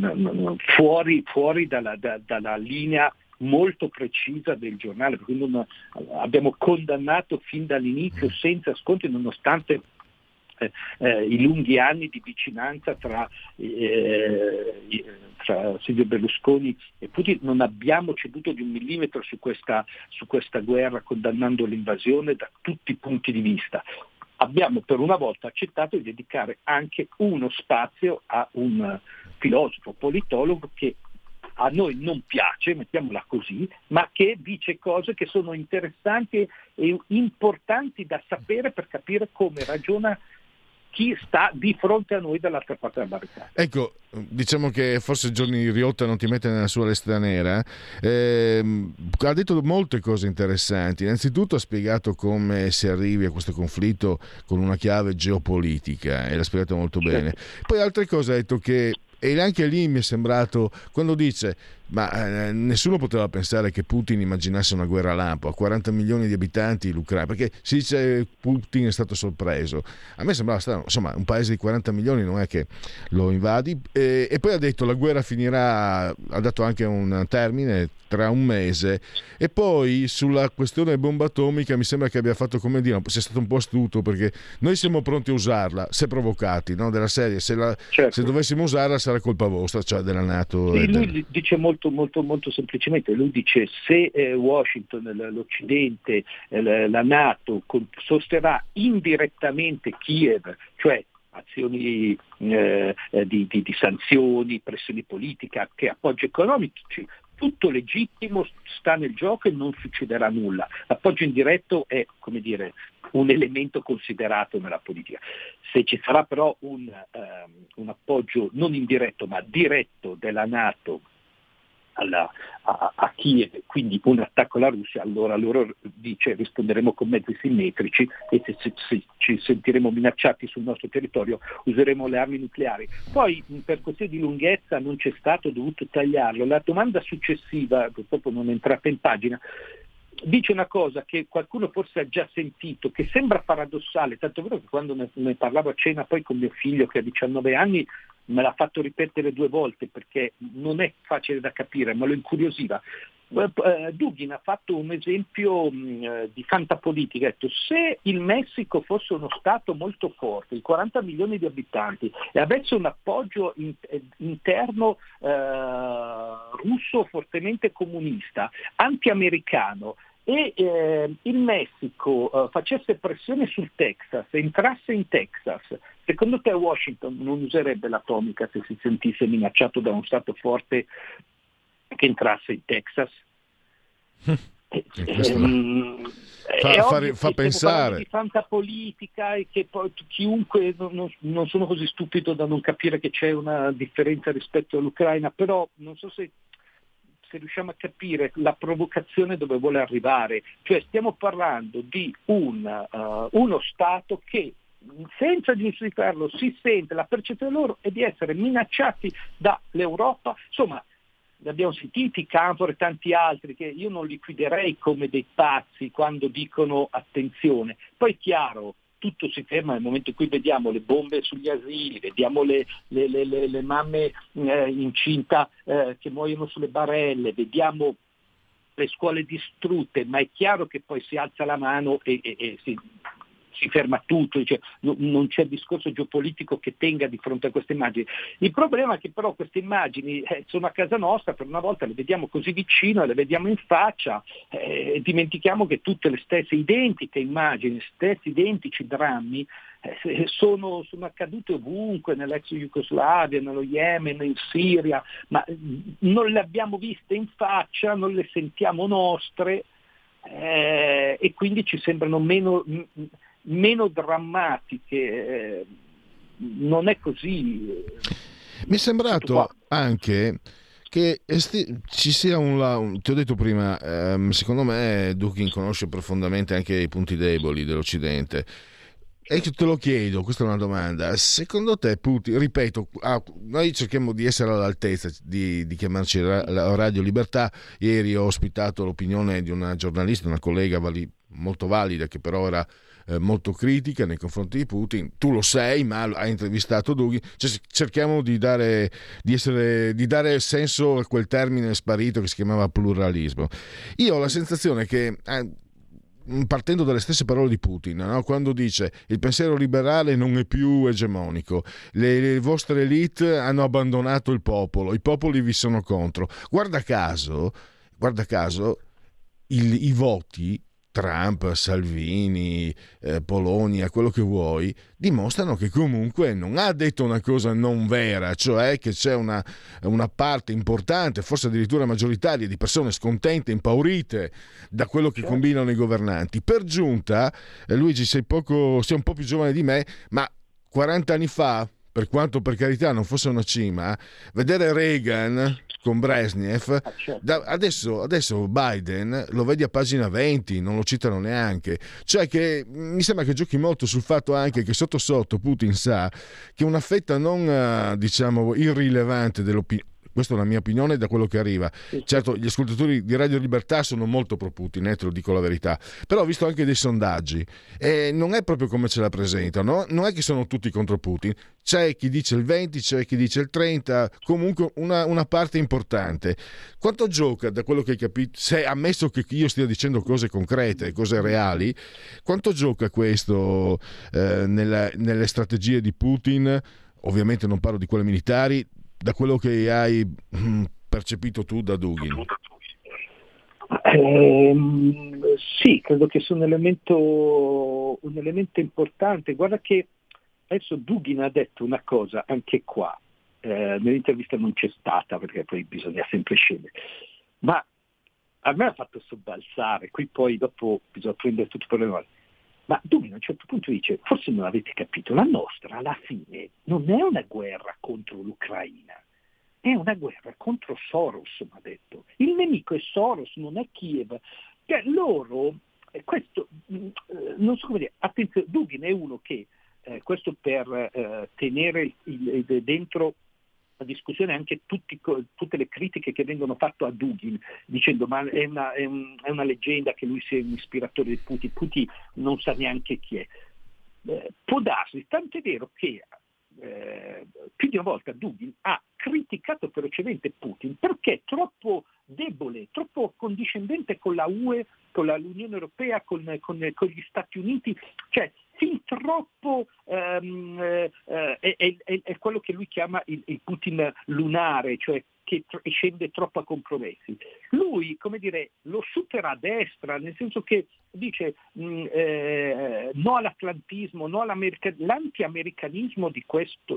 fuori dalla linea molto precisa del giornale, perché abbiamo condannato fin dall'inizio senza sconti, nonostante i lunghi anni di vicinanza tra Silvio Berlusconi e Putin, non abbiamo ceduto di un millimetro su questa guerra, condannando l'invasione da tutti i punti di vista. Abbiamo per una volta accettato di dedicare anche uno spazio a un filosofo politologo che a noi non piace, mettiamola così, ma che dice cose che sono interessanti e importanti da sapere per capire come ragiona chi sta di fronte a noi dall'altra parte della barricata. Ecco, diciamo che forse Giorni Riotta non ti mette nella sua lista nera. Ha detto molte cose interessanti. Innanzitutto ha spiegato come si arrivi a questo conflitto con una chiave geopolitica, e l'ha spiegato molto bene. Poi altre cose ha detto che, e anche lì mi è sembrato, quando dice ma nessuno poteva pensare che Putin immaginasse una guerra lampo a 40 milioni di abitanti l'Ucraina, perché si dice Putin è stato sorpreso. A me sembrava strano, insomma, un paese di 40 milioni non è che lo invadi. E poi ha detto la guerra finirà, ha dato anche un termine, tra un mese. E poi sulla questione bomba atomica mi sembra che abbia fatto, come dire, sia stato un po' astuto, perché noi siamo pronti a usarla se provocati, no? Della serie, se dovessimo usarla sarà colpa vostra, cioè della NATO. Sì, lui dice molto semplicemente, lui dice se Washington, l'Occidente, la NATO sosterrà indirettamente Kiev, cioè azioni di sanzioni, pressioni politiche, che appoggi economici, tutto legittimo, sta nel gioco e non succederà nulla. L'appoggio indiretto è, come dire, un elemento considerato nella politica. Se ci sarà però un appoggio non indiretto ma diretto della NATO a Kiev, quindi un attacco alla Russia, allora loro dice risponderemo con mezzi simmetrici e se ci sentiremo minacciati sul nostro territorio useremo le armi nucleari. Poi per questione di lunghezza non c'è stato dovuto tagliarlo. La domanda successiva, purtroppo non è entrata in pagina, dice una cosa che qualcuno forse ha già sentito, che sembra paradossale, tanto è vero che quando ne parlavo a cena poi con mio figlio che ha 19 anni me l'ha fatto ripetere 2 volte perché non è facile da capire, ma lo incuriosiva. Dugin ha fatto un esempio di fantapolitica, ha detto se il Messico fosse uno stato molto forte, di 40 milioni di abitanti, e avesse un appoggio interno russo fortemente comunista, anti-americano, e il Messico facesse pressione sul Texas, entrasse in Texas, secondo te Washington non userebbe l'atomica se si sentisse minacciato da uno stato forte che entrasse in Texas? Fa pensare di fantapolitica e che poi chiunque non sono così stupido da non capire che c'è una differenza rispetto all'Ucraina, però non so se riusciamo a capire la provocazione dove vuole arrivare. Cioè stiamo parlando di uno Stato che senza giustificarlo si sente, la percezione loro è di essere minacciati dall'Europa. Insomma, ne abbiamo sentiti Canfor e tanti altri che io non liquiderei come dei pazzi quando dicono attenzione. Poi chiaro, tutto si ferma nel momento in cui vediamo le bombe sugli asili, vediamo le mamme incinta che muoiono sulle barelle, vediamo le scuole distrutte, ma è chiaro che poi si alza la mano e si ferma tutto, cioè, non c'è discorso geopolitico che tenga di fronte a queste immagini. Il problema è che però queste immagini sono a casa nostra, per una volta le vediamo così vicino, le vediamo in faccia, dimentichiamo che tutte le stesse identiche immagini, stessi identici drammi sono accadute ovunque, nell'ex Jugoslavia, nello Yemen, in Siria, ma non le abbiamo viste in faccia, non le sentiamo nostre, e quindi ci sembrano meno drammatiche. Non è così. Mi è sembrato anche che ci sia ti ho detto prima, secondo me Dugin conosce profondamente anche i punti deboli dell'Occidente. E te lo chiedo, questa è una domanda. Secondo te Putin, ripeto, noi cerchiamo di essere all'altezza di chiamarci la Radio Libertà. Ieri ho ospitato l'opinione di una giornalista, una collega molto valida, che però era molto critica nei confronti di Putin. Tu lo sei, ma ha intervistato Dugin. Cioè, cerchiamo di dare senso a quel termine sparito che si chiamava pluralismo. Io ho la sensazione che partendo dalle stesse parole di Putin, no? Quando dice il pensiero liberale non è più egemonico, le vostre elite hanno abbandonato il popolo, i popoli vi sono contro. Guarda caso i voti Trump, Salvini, Polonia, quello che vuoi, dimostrano che comunque non ha detto una cosa non vera, cioè che c'è una parte importante, forse addirittura maggioritaria, di persone scontente, impaurite da quello che combinano i governanti. Per giunta, Luigi, sei un po' più giovane di me, ma 40 anni fa, per quanto per carità non fosse una cima, vedere Reagan con Brezhnev, adesso Biden lo vedi a pagina 20, non lo citano neanche, cioè che mi sembra che giochi molto sul fatto anche che sotto sotto Putin sa che una fetta non diciamo irrilevante dell'opinione, questa è la mia opinione da quello che arriva. Certo, gli ascoltatori di Radio Libertà sono molto pro Putin, te lo dico la verità, però ho visto anche dei sondaggi e non è proprio come ce la presentano, non è che sono tutti contro Putin, c'è chi dice il 20, c'è chi dice il 30, comunque una parte importante. Quanto gioca, da quello che hai capito, se ammesso che io stia dicendo cose concrete, cose reali, quanto gioca questo nelle strategie di Putin? Ovviamente non parlo di quelle militari, da quello che hai percepito tu da Dugin. Sì, credo che sia un elemento importante. Guarda che adesso Dugin ha detto una cosa anche qua, nell'intervista non c'è stata perché poi bisogna sempre scegliere, ma a me ha fatto sobbalzare, qui poi dopo bisogna prendere tutto per le mani. Ma Dugin a un certo punto dice, forse non avete capito, la nostra alla fine non è una guerra contro l'Ucraina, è una guerra contro Soros, mi ha detto. Il nemico è Soros, non è Kiev. Cioè, loro, questo, non so come dire, attenzione, Dugin è uno che, questo per tenere dentro la discussione anche tutte le critiche che vengono fatte a Dugin, dicendo ma è una leggenda che lui sia un ispiratore di Putin, Putin non sa neanche chi è. Può darsi, tant'è vero che più di una volta Dugin ha criticato ferocemente Putin perché è troppo debole, troppo condiscendente con la UE, con l'Unione Europea, con gli Stati Uniti, cioè fin troppo è quello che lui chiama il Putin lunare, cioè che scende troppo a compromessi. Lui, come dire, lo supera a destra, nel senso che dice no all'atlantismo, no l'anti-americanismo di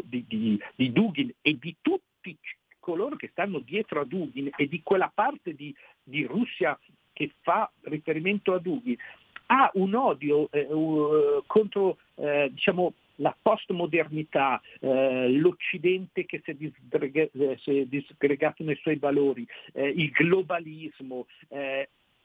Dugin e di tutti coloro che stanno dietro a Dugin e di quella parte di Russia che fa riferimento a Dugin, ha un odio contro diciamo la postmodernità, l'Occidente che si è disgregato nei suoi valori, il globalismo. È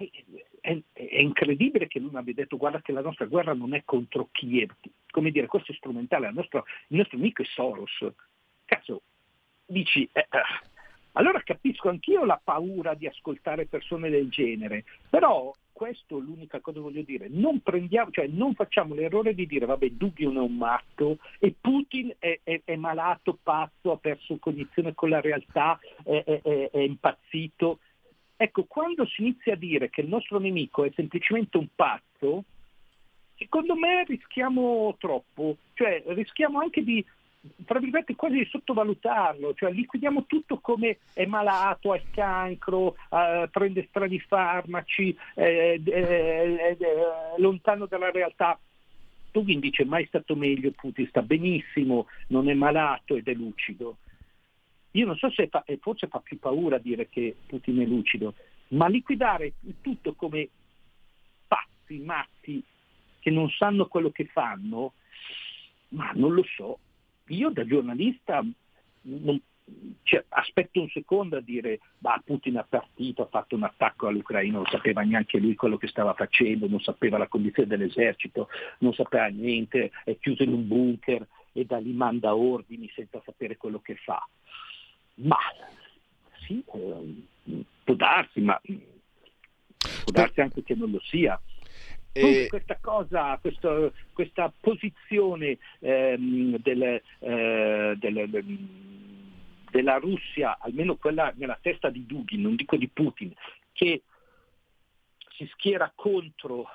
incredibile che lui mi abbia detto guarda che la nostra guerra non è contro Kiev, come dire, questo è strumentale, il nostro amico è Soros. Cazzo, dici, allora capisco anch'io la paura di ascoltare persone del genere, però questo l'unica cosa voglio dire, non facciamo l'errore di dire vabbè Dugin è un matto e Putin è malato, pazzo, ha perso cognizione con la realtà, è impazzito. Ecco, quando si inizia a dire che il nostro nemico è semplicemente un pazzo, secondo me rischiamo troppo, cioè rischiamo anche di, tra virgolette, quasi di sottovalutarlo, cioè liquidiamo tutto come è malato, ha il cancro, prende strani farmaci, è lontano dalla realtà. Dugin dice mai stato meglio, Putin sta benissimo, non è malato ed è lucido. Io non so se forse fa più paura dire che Putin è lucido, ma liquidare il tutto come pazzi, matti, che non sanno quello che fanno, ma non lo so. Io da giornalista aspetto un secondo a dire Putin ha partito, ha fatto un attacco all'Ucraina, non sapeva neanche lui quello che stava facendo, non sapeva la condizione dell'esercito, non sapeva niente, è chiuso in un bunker e da lì manda ordini senza sapere quello che fa. Ma sì, può darsi, ma può darsi anche che non lo sia. Questa cosa, questa posizione della Russia, almeno quella nella testa di Dugin, non dico di Putin, che si schiera contro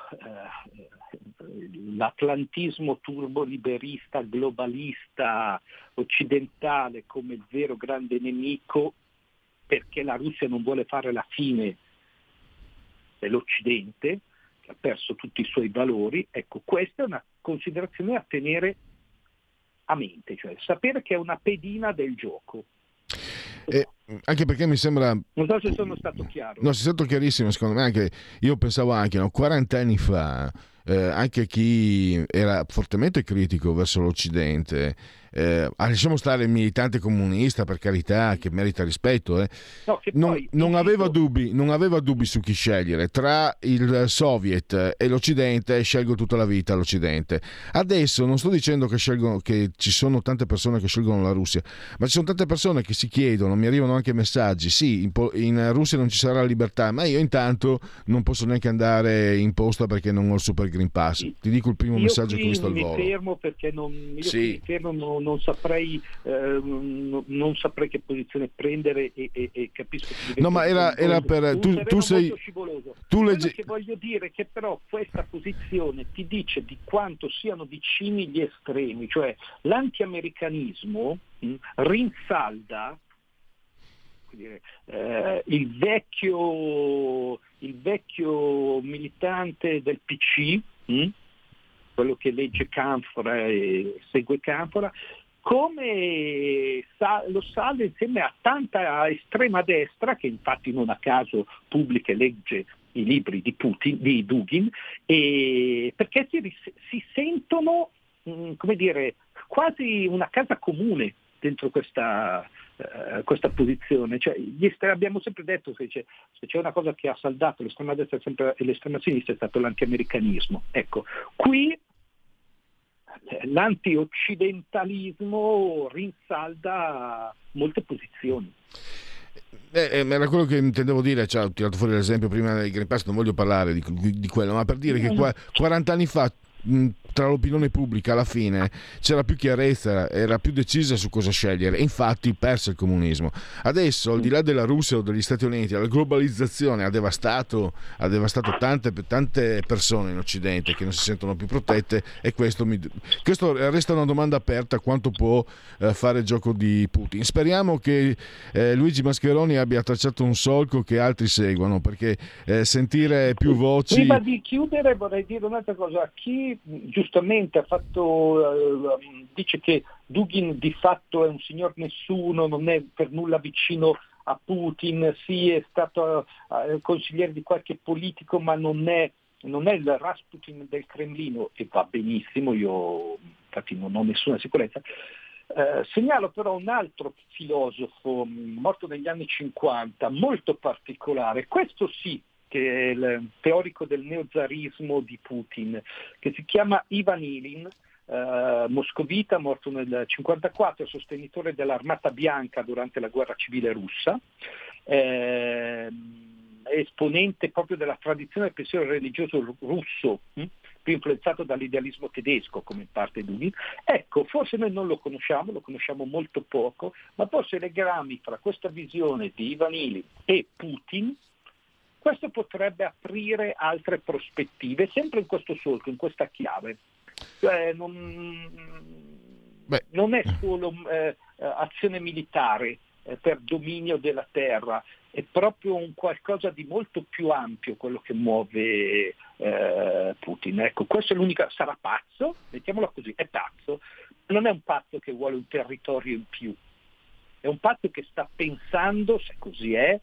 l'atlantismo turboliberista, globalista, occidentale come il vero grande nemico, perché la Russia non vuole fare la fine dell'Occidente, che ha perso tutti i suoi valori. Ecco, questa è una considerazione a tenere a mente, cioè sapere che è una pedina del gioco. Anche perché mi sembra, non so se sono stato chiaro. No, sei stato chiarissimo, secondo me. Anche io pensavo anche 40 anni fa, anche chi era fortemente critico verso l'Occidente, lasciamo stare il militante comunista, per carità, che merita rispetto, non aveva dubbi su chi scegliere tra il Soviet e l'Occidente. Scelgo tutta la vita l'Occidente. Adesso non sto dicendo che ci sono tante persone che scelgono la Russia, ma ci sono tante persone che si chiedono, mi arrivano anche messaggi: sì, in Russia non ci sarà libertà, ma io intanto non posso neanche andare in posta perché non ho il Super Green Pass. Sì. Ti dico il primo messaggio che ho visto al volo. Mi fermo perché non saprei che posizione prendere e capisco che no, ma era per tu sei scivoloso. Quello che voglio dire è che però questa posizione ti dice di quanto siano vicini gli estremi, cioè l'antiamericanismo rinsalda il vecchio militante del PC, quello che legge Canfora e segue Canfora, come lo salva insieme a tanta estrema destra che infatti non a caso pubblica e legge i libri di Dugin, e perché si sentono quasi una casa comune dentro questa posizione. Cioè, abbiamo sempre detto che se c'è una cosa che ha saldato l'estrema destra e l'estrema sinistra è stato l'antiamericanismo. Ecco, qui l'anti-occidentalismo rinsalda molte posizioni. Era quello che intendevo dire, ho tirato fuori l'esempio prima del Green Pass, non voglio parlare di quello, ma per dire che 40 anni fa tra l'opinione pubblica alla fine c'era più chiarezza, era più decisa su cosa scegliere, e infatti perse il comunismo. Adesso, al di là della Russia o degli Stati Uniti, la globalizzazione ha devastato tante persone in Occidente che non si sentono più protette, e questo resta una domanda aperta: quanto può fare il gioco di Putin. Speriamo che Luigi Mascheroni abbia tracciato un solco che altri seguano, perché sentire più voci. Prima di chiudere vorrei dire un'altra cosa. Chi giustamente ha fatto dice che Dugin di fatto è un signor nessuno, non è per nulla vicino a Putin, sì, è stato consigliere di qualche politico, ma non è il Rasputin del Cremlino, e va benissimo, io infatti non ho nessuna sicurezza. Segnalo però un altro filosofo morto negli anni 50, molto particolare, questo sì che è il teorico del neozarismo di Putin, che si chiama Ivan Ilin, moscovita, morto nel 1954, sostenitore dell'Armata Bianca durante la guerra civile russa, esponente proprio della tradizione del pensiero religioso russo, più influenzato dall'idealismo tedesco, come in parte Dugin. Ecco, forse noi non lo conosciamo molto poco, ma forse i legami fra questa visione di Ivan Ilin e Putin, questo potrebbe aprire altre prospettive, sempre in questo solco, in questa chiave. Cioè, non è solo azione militare per dominio della terra, è proprio un qualcosa di molto più ampio quello che muove Putin. Ecco, questo è l'unica. Sarà pazzo, mettiamola così, è pazzo, non è un pazzo che vuole un territorio in più, è un pazzo che sta pensando, se così è,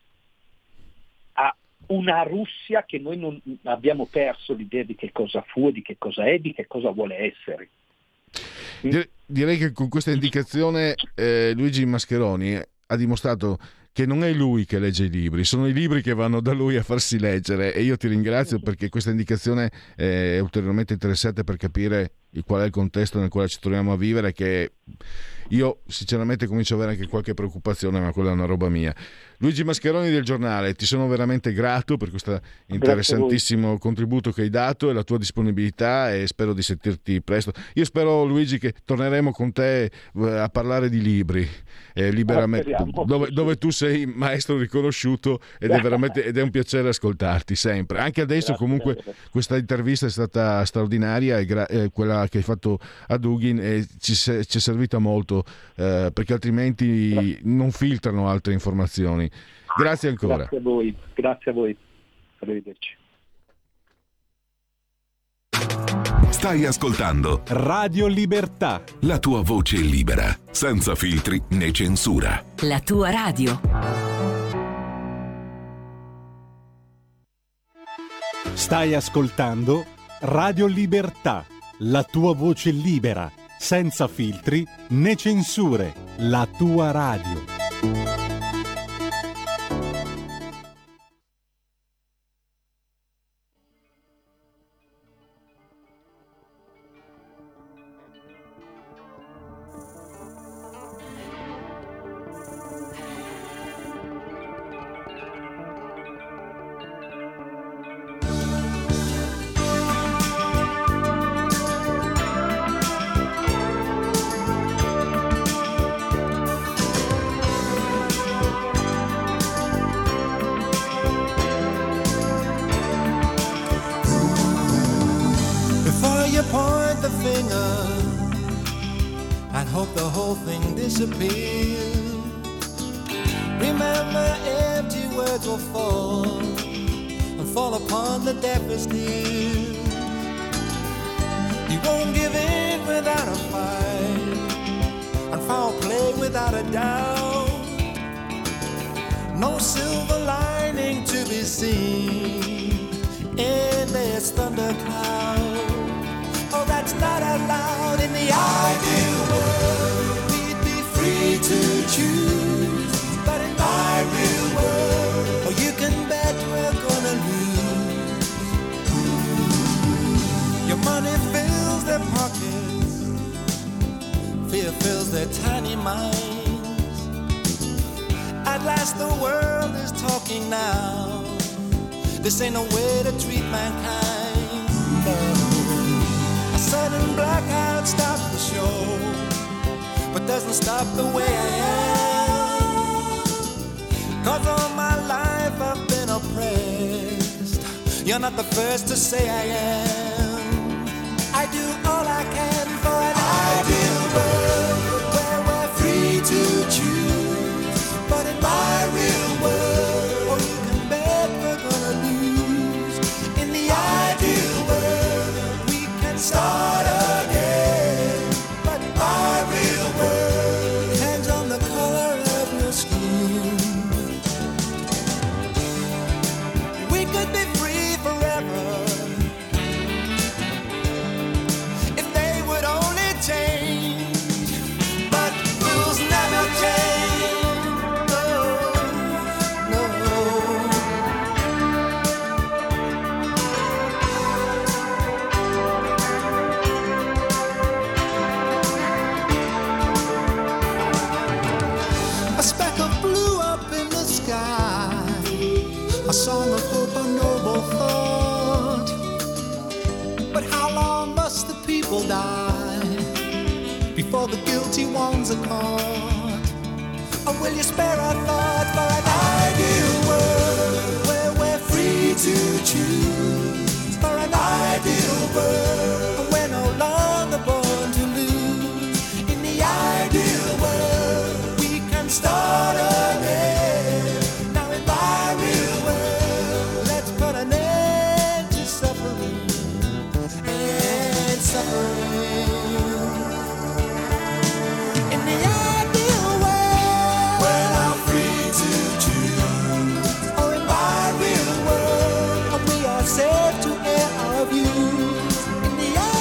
a una Russia che noi non abbiamo perso l'idea di che cosa fu, di che cosa è, di che cosa vuole essere. Direi che con questa indicazione Luigi Mascheroni ha dimostrato che non è lui che legge i libri, sono i libri che vanno da lui a farsi leggere, e io ti ringrazio perché questa indicazione è ulteriormente interessante per capire qual è il contesto nel quale ci troviamo a vivere, che io sinceramente comincio ad avere anche qualche preoccupazione, ma quella è una roba mia. Luigi Mascheroni del Giornale, ti sono veramente grato per questo interessantissimo contributo che hai dato e la tua disponibilità, e spero di sentirti presto. Io spero, Luigi, che torneremo con te a parlare di libri liberamente, dove tu sei maestro riconosciuto, ed è un piacere ascoltarti sempre. Anche adesso comunque questa intervista è stata straordinaria, e quella che hai fatto a Dugin ci è servita molto, perché altrimenti non filtrano altre informazioni. Grazie ancora. Grazie a voi. Arrivederci. Stai ascoltando Radio Libertà, la tua voce libera, senza filtri né censura. La tua radio. Stai ascoltando Radio Libertà, la tua voce libera, senza filtri né censure. La tua radio. This ain't no way to treat mankind. No. A sudden blackout stops the show, but doesn't stop the way I am. 'Cause all my life I've been oppressed. You're not the first to say I am. I do all I can for an ideal world where we're free to choose. But in my real world, oh, you can bet we're gonna lose. In the ideal world, we can start again. But in my real world, depends on the color of your skin. We could be free forever if they would only change. But rules never change. No, no. A speck of blue up in the sky, a song of hope, a noble thought. But how long must the people die before the guilty ones are caught? Or will you spare a thought for an ideal world where we're free to choose? For an ideal world we're no longer born to lose. In the ideal world we can start again. Now in my real world, let's put an end to suffering and suffering. In the ideal world, we're now free to choose. Or in my real world, we are safe to air our views. In the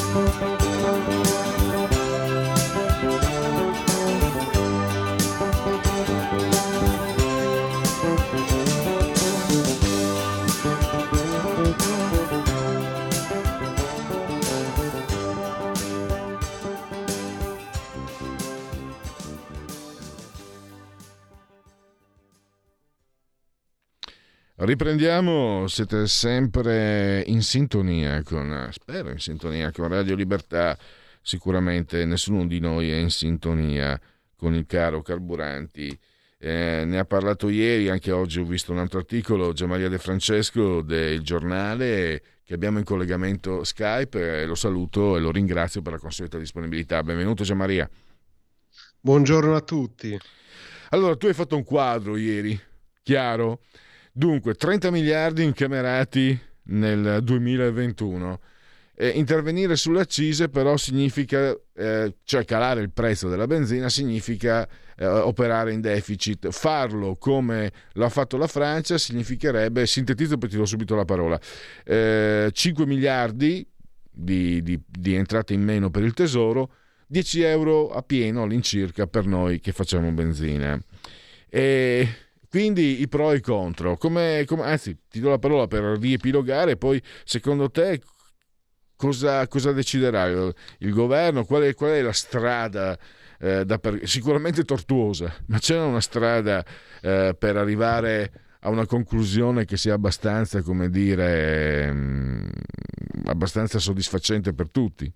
Riprendiamo, siete sempre in sintonia spero in sintonia con Radio Libertà. Sicuramente nessuno di noi è in sintonia con il caro carburanti. Ne ha parlato ieri, anche oggi ho visto un altro articolo, Gianmaria De Francesco del Giornale, che abbiamo in collegamento Skype, lo saluto e lo ringrazio per la consueta disponibilità. Benvenuto Gianmaria. Buongiorno a tutti. Allora, tu hai fatto un quadro ieri, chiaro? Dunque, 30 miliardi incamerati nel 2021. Intervenire sulle accise però significa, cioè calare il prezzo della benzina significa operare in deficit. Farlo come l'ha fatto la Francia significherebbe, sintetizzo perché ti do subito la parola, 5 miliardi di entrate in meno per il Tesoro, 10 euro a pieno all'incirca per noi che facciamo benzina. E quindi i pro e i contro, anzi ti do la parola per riepilogare, poi secondo te cosa deciderà il governo, qual è la strada sicuramente tortuosa, ma c'è una strada per arrivare a una conclusione che sia abbastanza, come dire, abbastanza soddisfacente per tutti?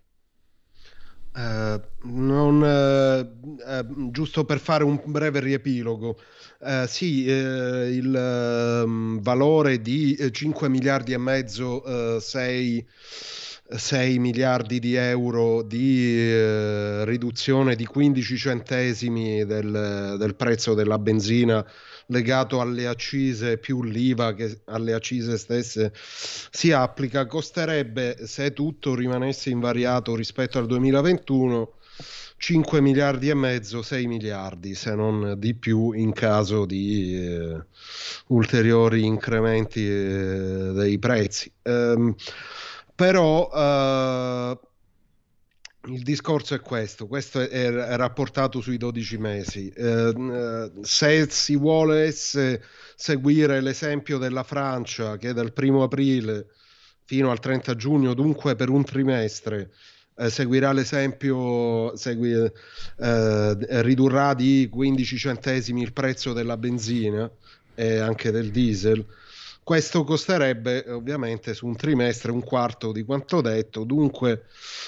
Giusto per fare un breve riepilogo, il valore di 5 miliardi e mezzo, 6 miliardi di euro di riduzione di 15 centesimi del prezzo della benzina legato alle accise più l'IVA che alle accise stesse si applica, costerebbe, se tutto rimanesse invariato rispetto al 2021, 5 miliardi e mezzo, 6 miliardi, se non di più in caso di ulteriori incrementi dei prezzi. Però il discorso è questo è rapportato sui 12 mesi. Se si volesse seguire l'esempio della Francia, che dal 1 aprile fino al 30 giugno, dunque per un trimestre, seguirà l'esempio, ridurrà di 15 centesimi il prezzo della benzina e anche del diesel. Questo costerebbe ovviamente su un trimestre un quarto di quanto detto, dunque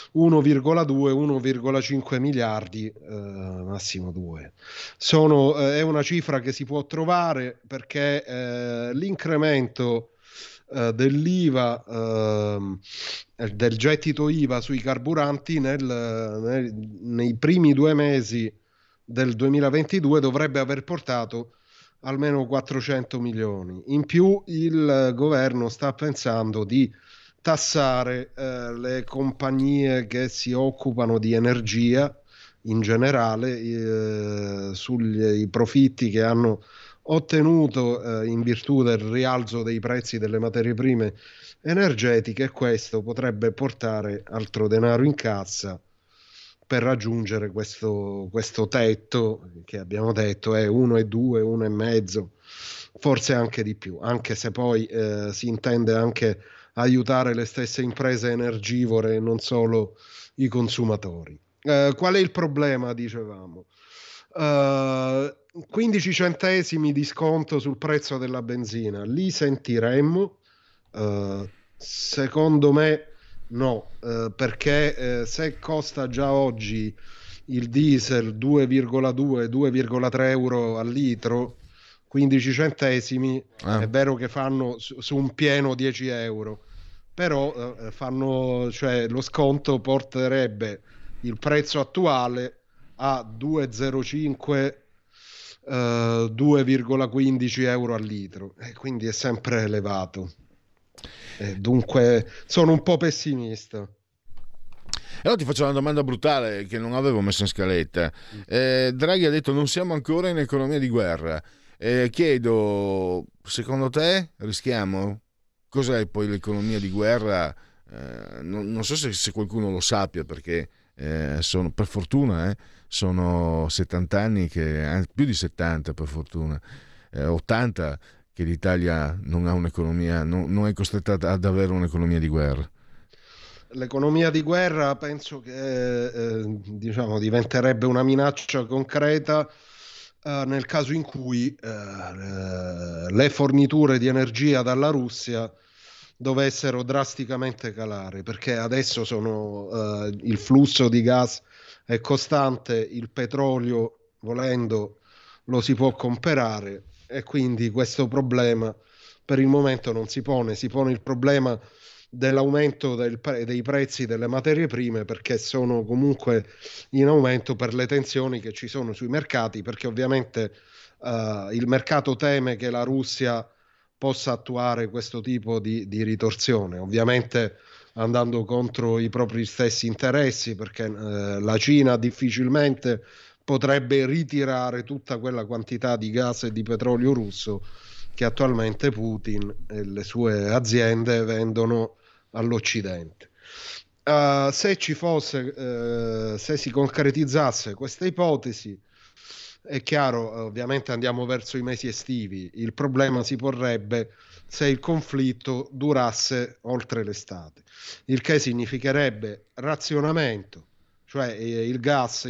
1,2-1,5 miliardi, massimo 2. È una cifra che si può trovare perché l'incremento dell'IVA, del gettito IVA sui carburanti nei primi 2 mesi del 2022 dovrebbe aver portato almeno 400 milioni. In più il governo sta pensando di tassare le compagnie che si occupano di energia in generale sugli profitti che hanno ottenuto in virtù del rialzo dei prezzi delle materie prime energetiche, e questo potrebbe portare altro denaro in cassa per raggiungere questo tetto che abbiamo detto è 1,2, 1,5, forse anche di più, anche se poi si intende anche aiutare le stesse imprese energivore e non solo i consumatori. Qual è il problema, dicevamo? 15 centesimi di sconto sul prezzo della benzina, li sentiremmo? Secondo me no, perché se costa già oggi il diesel 2,2-2,3 euro al litro, 15 centesimi è vero che fanno su un pieno 10 euro, però cioè lo sconto porterebbe il prezzo attuale a 2,05 2,15 euro al litro, e quindi è sempre elevato. Dunque sono un po' pessimista. Allora ti faccio una domanda brutale che non avevo messo in scaletta. Draghi ha detto non siamo ancora in economia di guerra. Chiedo, secondo te rischiamo? Cos'è poi l'economia di guerra non so se qualcuno lo sappia, perché sono, per fortuna, sono 70 anni più di 70 per fortuna, 80 che l'Italia non ha un'economia, non è costretta ad avere un'economia di guerra. L'economia di guerra penso che diventerebbe una minaccia concreta nel caso in cui le forniture di energia dalla Russia dovessero drasticamente calare, perché adesso il flusso di gas è costante, il petrolio volendo lo si può comprare, e quindi questo problema per il momento non si pone il problema dell'aumento dei prezzi delle materie prime, perché sono comunque in aumento per le tensioni che ci sono sui mercati, perché ovviamente il mercato teme che la Russia possa attuare questo tipo di ritorsione, ovviamente andando contro i propri stessi interessi, perché la Cina difficilmente potrebbe ritirare tutta quella quantità di gas e di petrolio russo che attualmente Putin e le sue aziende vendono all'Occidente. Se si concretizzasse questa ipotesi, è chiaro, ovviamente andiamo verso i mesi estivi, il problema si porrebbe se il conflitto durasse oltre l'estate, il che significherebbe razionamento, cioè il gas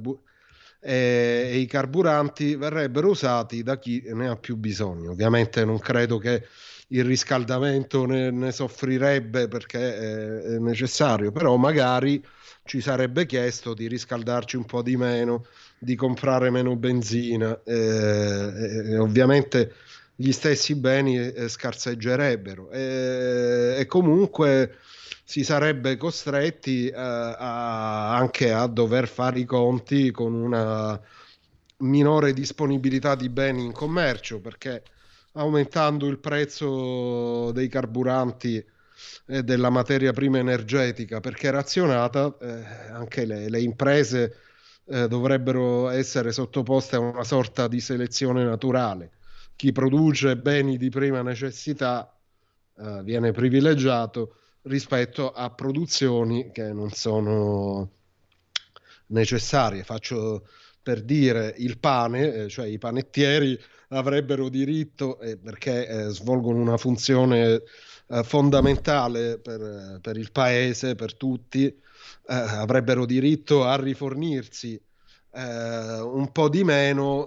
e i carburanti verrebbero usati da chi ne ha più bisogno. Ovviamente non credo che il riscaldamento ne soffrirebbe, perché è necessario, però magari ci sarebbe chiesto di riscaldarci un po' di meno, di comprare meno benzina, e ovviamente gli stessi beni scarseggerebbero, e comunque si sarebbe costretti anche a dover fare i conti con una minore disponibilità di beni in commercio, perché aumentando il prezzo dei carburanti e della materia prima energetica, perché razionata, anche le imprese dovrebbero essere sottoposte a una sorta di selezione naturale. Chi produce beni di prima necessità viene privilegiato rispetto a produzioni che non sono necessarie. Faccio per dire il pane, cioè i panettieri avrebbero diritto, perché svolgono una funzione fondamentale per il paese, per tutti, avrebbero diritto a rifornirsi un po' di meno.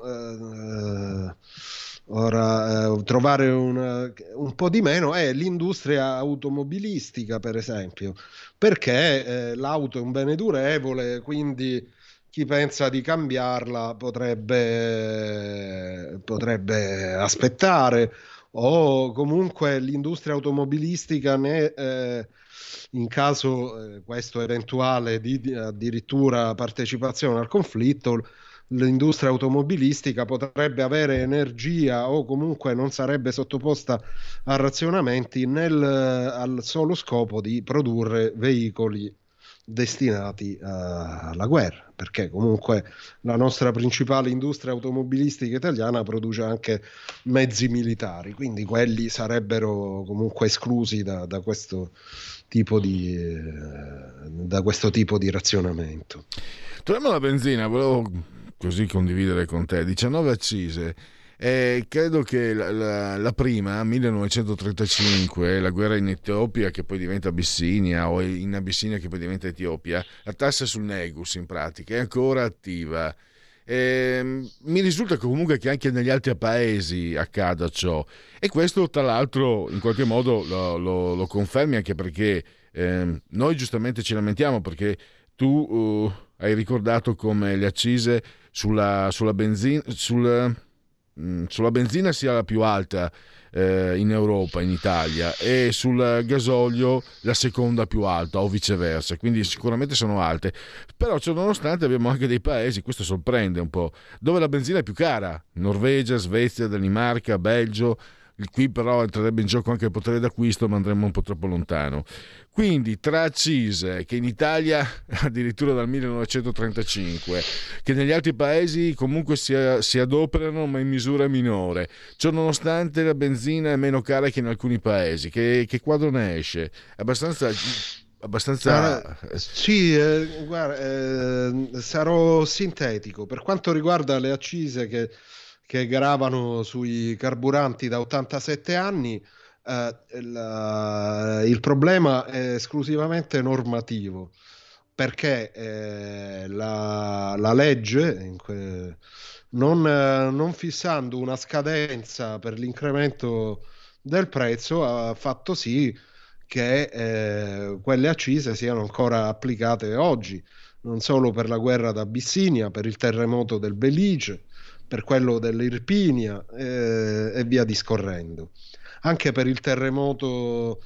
Trovare un po' di meno è l'industria automobilistica, per esempio, perché l'auto è un bene durevole, quindi chi pensa di cambiarla potrebbe aspettare, o comunque l'industria automobilistica in caso questo eventuale di addirittura partecipazione al conflitto, l'industria automobilistica potrebbe avere energia o comunque non sarebbe sottoposta a razionamenti al solo scopo di produrre veicoli destinati alla guerra, perché comunque la nostra principale industria automobilistica italiana produce anche mezzi militari, quindi quelli sarebbero comunque esclusi da questo tipo di razionamento. Torniamo alla benzina, volevo così condividere con te 19 accise. Credo che la prima, 1935, la guerra in Etiopia che poi diventa Abissinia, o in Abissinia che poi diventa Etiopia, la tassa sul Negus in pratica è ancora attiva. Mi risulta comunque che anche negli altri paesi accada ciò, e questo tra l'altro in qualche modo lo confermi, anche perché noi giustamente ci lamentiamo perché tu hai ricordato come le accise sulla benzina sia la più alta in Europa, in Italia, e sul gasolio la seconda più alta, o viceversa, quindi sicuramente sono alte. Però ciononostante abbiamo anche dei paesi, questo sorprende un po', dove la benzina è più cara: Norvegia, Svezia, Danimarca, Belgio, Qui però entrerebbe in gioco anche il potere d'acquisto, ma andremmo un po' troppo lontano. Quindi tra accise, che in Italia addirittura dal 1935, che negli altri paesi comunque si adoperano ma in misura minore, ciò nonostante la benzina è meno cara che in alcuni paesi. Che quadro ne esce? Abbastanza sì, guarda, sarò sintetico. Per quanto riguarda le accise che gravano sui carburanti da 87 anni, il problema è esclusivamente normativo, perché la legge, non fissando una scadenza per l'incremento del prezzo, ha fatto sì che quelle accise siano ancora applicate oggi, non solo per la guerra d'Abissinia, per il terremoto del Belice, per quello dell'Irpinia e via discorrendo. Anche per il terremoto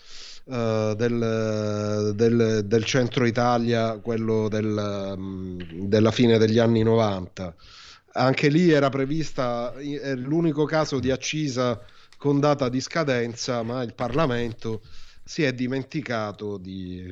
del centro Italia, quello della fine degli anni 90. Anche lì era prevista, è l'unico caso di accisa con data di scadenza, ma il Parlamento si è dimenticato di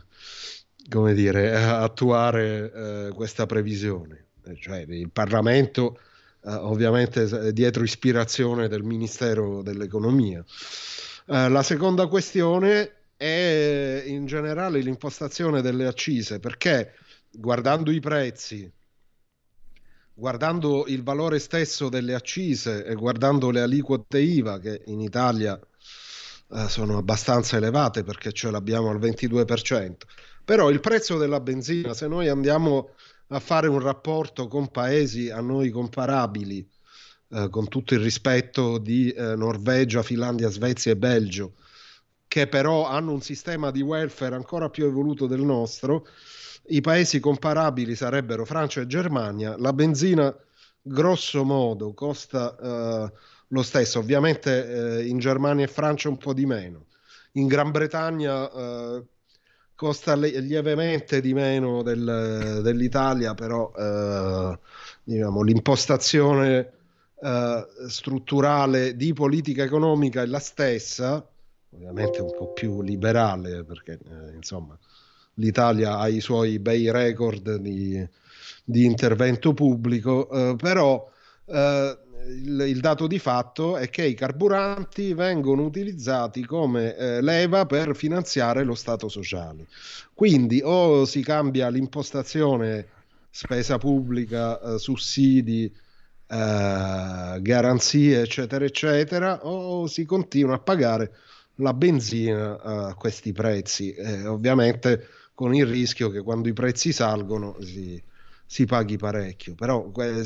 attuare questa previsione. Cioè, il Parlamento ovviamente dietro ispirazione del Ministero dell'Economia. La seconda questione è in generale l'impostazione delle accise, perché guardando i prezzi, guardando il valore stesso delle accise e guardando le aliquote IVA, che in Italia sono abbastanza elevate perché ce l'abbiamo al 22%, però il prezzo della benzina, se noi andiamo a fare un rapporto con paesi a noi comparabili, con tutto il rispetto di Norvegia, Finlandia, Svezia e Belgio, che però hanno un sistema di welfare ancora più evoluto del nostro, i paesi comparabili sarebbero Francia e Germania. La benzina grosso modo costa lo stesso, ovviamente in Germania e Francia un po' di meno, in Gran Bretagna costa lievemente di meno dell'Italia, però diciamo, l'impostazione strutturale di politica economica è la stessa, ovviamente un po' più liberale, perché insomma l'Italia ha i suoi bei record di intervento pubblico, però il dato di fatto è che i carburanti vengono utilizzati come leva per finanziare lo Stato sociale. Quindi o si cambia l'impostazione spesa pubblica, sussidi, garanzie, eccetera, eccetera, o si continua a pagare la benzina a questi prezzi, ovviamente con il rischio che quando i prezzi salgono si paghi parecchio. Però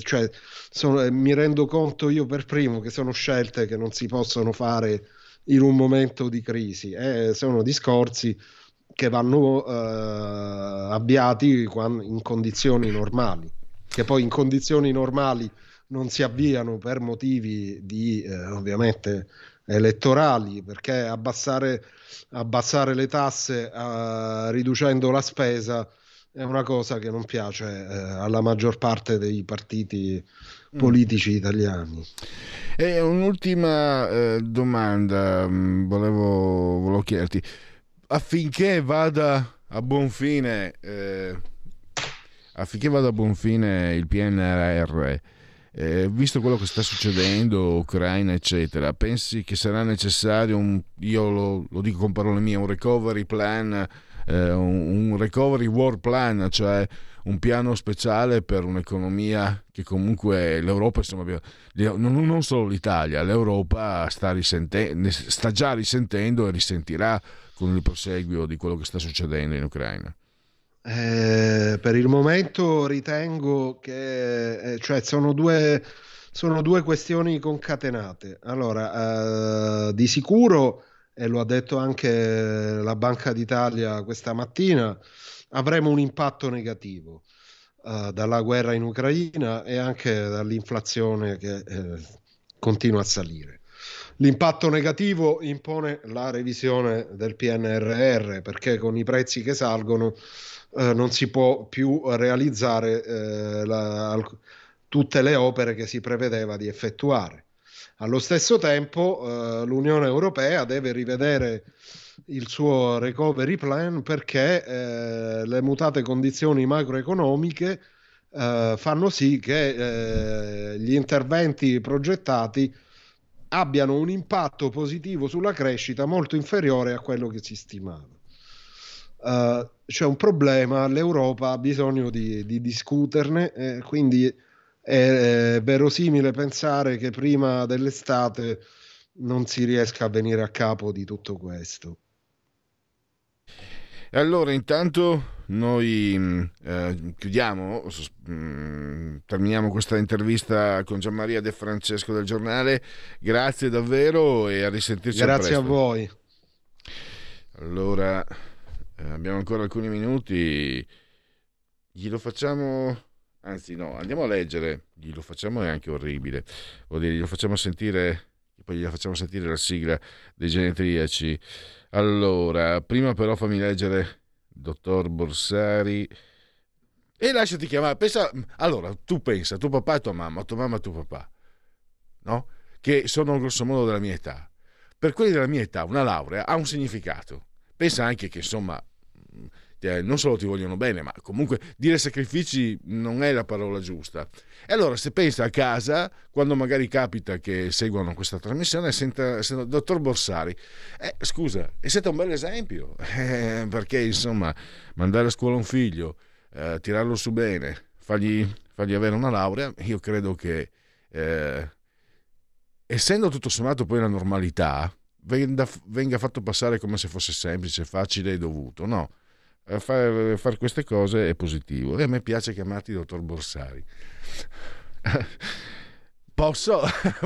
mi rendo conto io per primo che sono scelte che non si possono fare in un momento di crisi, sono discorsi che vanno avviati in condizioni normali, che poi in condizioni normali non si avviano per motivi ovviamente elettorali, perché abbassare le tasse riducendo la spesa è una cosa che non piace alla maggior parte dei partiti politici italiani. E un'ultima domanda volevo chiederti, affinché vada a buon fine il PNRR, visto quello che sta succedendo, Ucraina eccetera, pensi che sarà necessario io lo dico con parole mie, un recovery plan, un recovery war plan, cioè un piano speciale per un'economia che comunque l'Europa, insomma, non solo l'Italia, l'Europa sta già risentendo e risentirà con il proseguio di quello che sta succedendo in Ucraina? Per il momento ritengo che sono due questioni concatenate. Allora, di sicuro, e lo ha detto anche la Banca d'Italia questa mattina, avremo un impatto negativo dalla guerra in Ucraina e anche dall'inflazione che continua a salire. L'impatto negativo impone la revisione del PNRR, perché con i prezzi che salgono non si può più realizzare tutte le opere che si prevedeva di effettuare. Allo stesso tempo l'Unione Europea deve rivedere il suo recovery plan perché le mutate condizioni macroeconomiche fanno sì che gli interventi progettati abbiano un impatto positivo sulla crescita molto inferiore a quello che si stimava. C'è un problema, l'Europa ha bisogno di discuterne, quindi è verosimile pensare che prima dell'estate non si riesca a venire a capo di tutto questo. Allora, intanto noi chiudiamo, terminiamo questa intervista con Gianmaria De Francesco del Giornale. Grazie davvero e a risentirci. Grazie a voi. Allora, abbiamo ancora alcuni minuti, glielo facciamo, anzi no, andiamo a leggere, glielo facciamo è anche orribile, vuol dire glielo facciamo sentire, poi gliela facciamo sentire la sigla dei genetriaci. Allora, prima però fammi leggere Dottor Borsari e lasciati chiamare. Allora, tu pensa, tuo papà e tua mamma e tuo papà, no? Che sono grosso modo della mia età. Per quelli della mia età una laurea ha un significato. Pensa anche che insomma non solo ti vogliono bene, ma comunque dire sacrifici non è la parola giusta. E allora se pensa a casa, quando magari capita che seguano questa trasmissione, senta Dottor Borsari, scusa, e siete un bel esempio, perché insomma mandare a scuola un figlio, tirarlo su bene, fargli avere una laurea, io credo che essendo tutto sommato poi la normalità venga fatto passare come se fosse semplice, facile e dovuto. No, fare queste cose è positivo e a me piace chiamarti Dottor Borsari. Posso?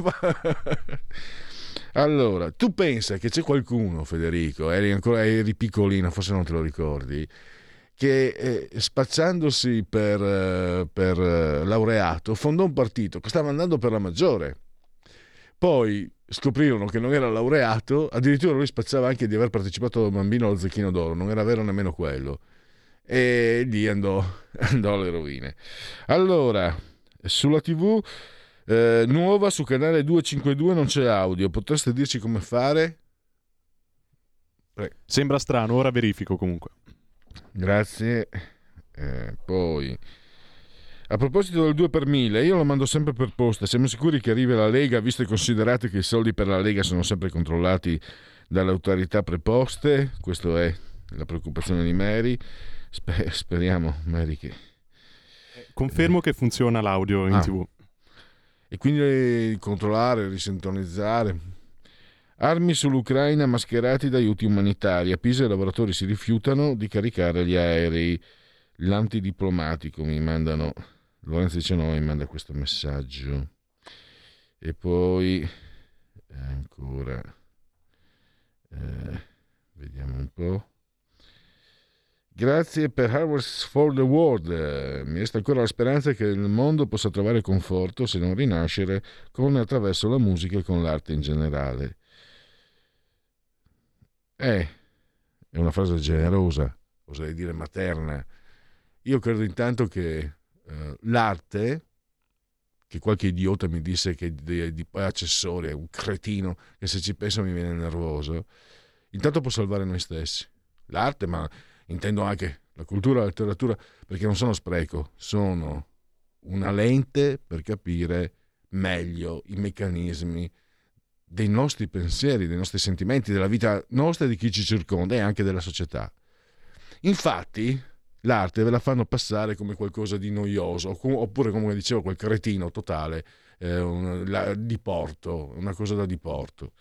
Allora, tu pensa che c'è qualcuno, Federico, eri piccolino, forse non te lo ricordi, che spacciandosi per laureato fondò un partito che stava andando per la maggiore. Poi scoprirono che non era laureato, addirittura lui spacciava anche di aver partecipato da bambino allo Zecchino d'Oro, non era vero nemmeno quello, e lì andò alle rovine. Allora, sulla TV nuova su canale 252 non c'è audio, potreste dirci come fare? Sembra strano, ora verifico comunque. Grazie. Poi a proposito del 2 per 1000, io lo mando sempre per posta. Siamo sicuri che arrivi la Lega, visto e considerato che i soldi per la Lega sono sempre controllati dalle autorità preposte? Questa è la preoccupazione di Mary. Speriamo, Mary, che... Confermo che funziona l'audio in TV. E quindi controllare, risintonizzare. Armi sull'Ucraina mascherati da aiuti umanitari. A Pisa i lavoratori si rifiutano di caricare gli aerei. L'antidiplomatico mi mandano... Lorenzo 19 mi manda questo messaggio. E poi ancora vediamo un po'. Grazie per Harvest for the World. Mi resta ancora la speranza che il mondo possa trovare conforto, se non rinascere, attraverso la musica e con l'arte in generale. È una frase generosa, oserei dire materna. Io credo intanto che l'arte, che qualche idiota mi disse che di accessorio è un cretino, che se ci penso mi viene nervoso, intanto può salvare noi stessi. L'arte, ma intendo anche la cultura, la letteratura, perché non sono spreco, sono una lente per capire meglio i meccanismi dei nostri pensieri, dei nostri sentimenti, della vita nostra e di chi ci circonda e anche della società. Infatti l'arte ve la fanno passare come qualcosa di noioso, oppure, come dicevo, quel cretino totale, diporto, una cosa da diporto.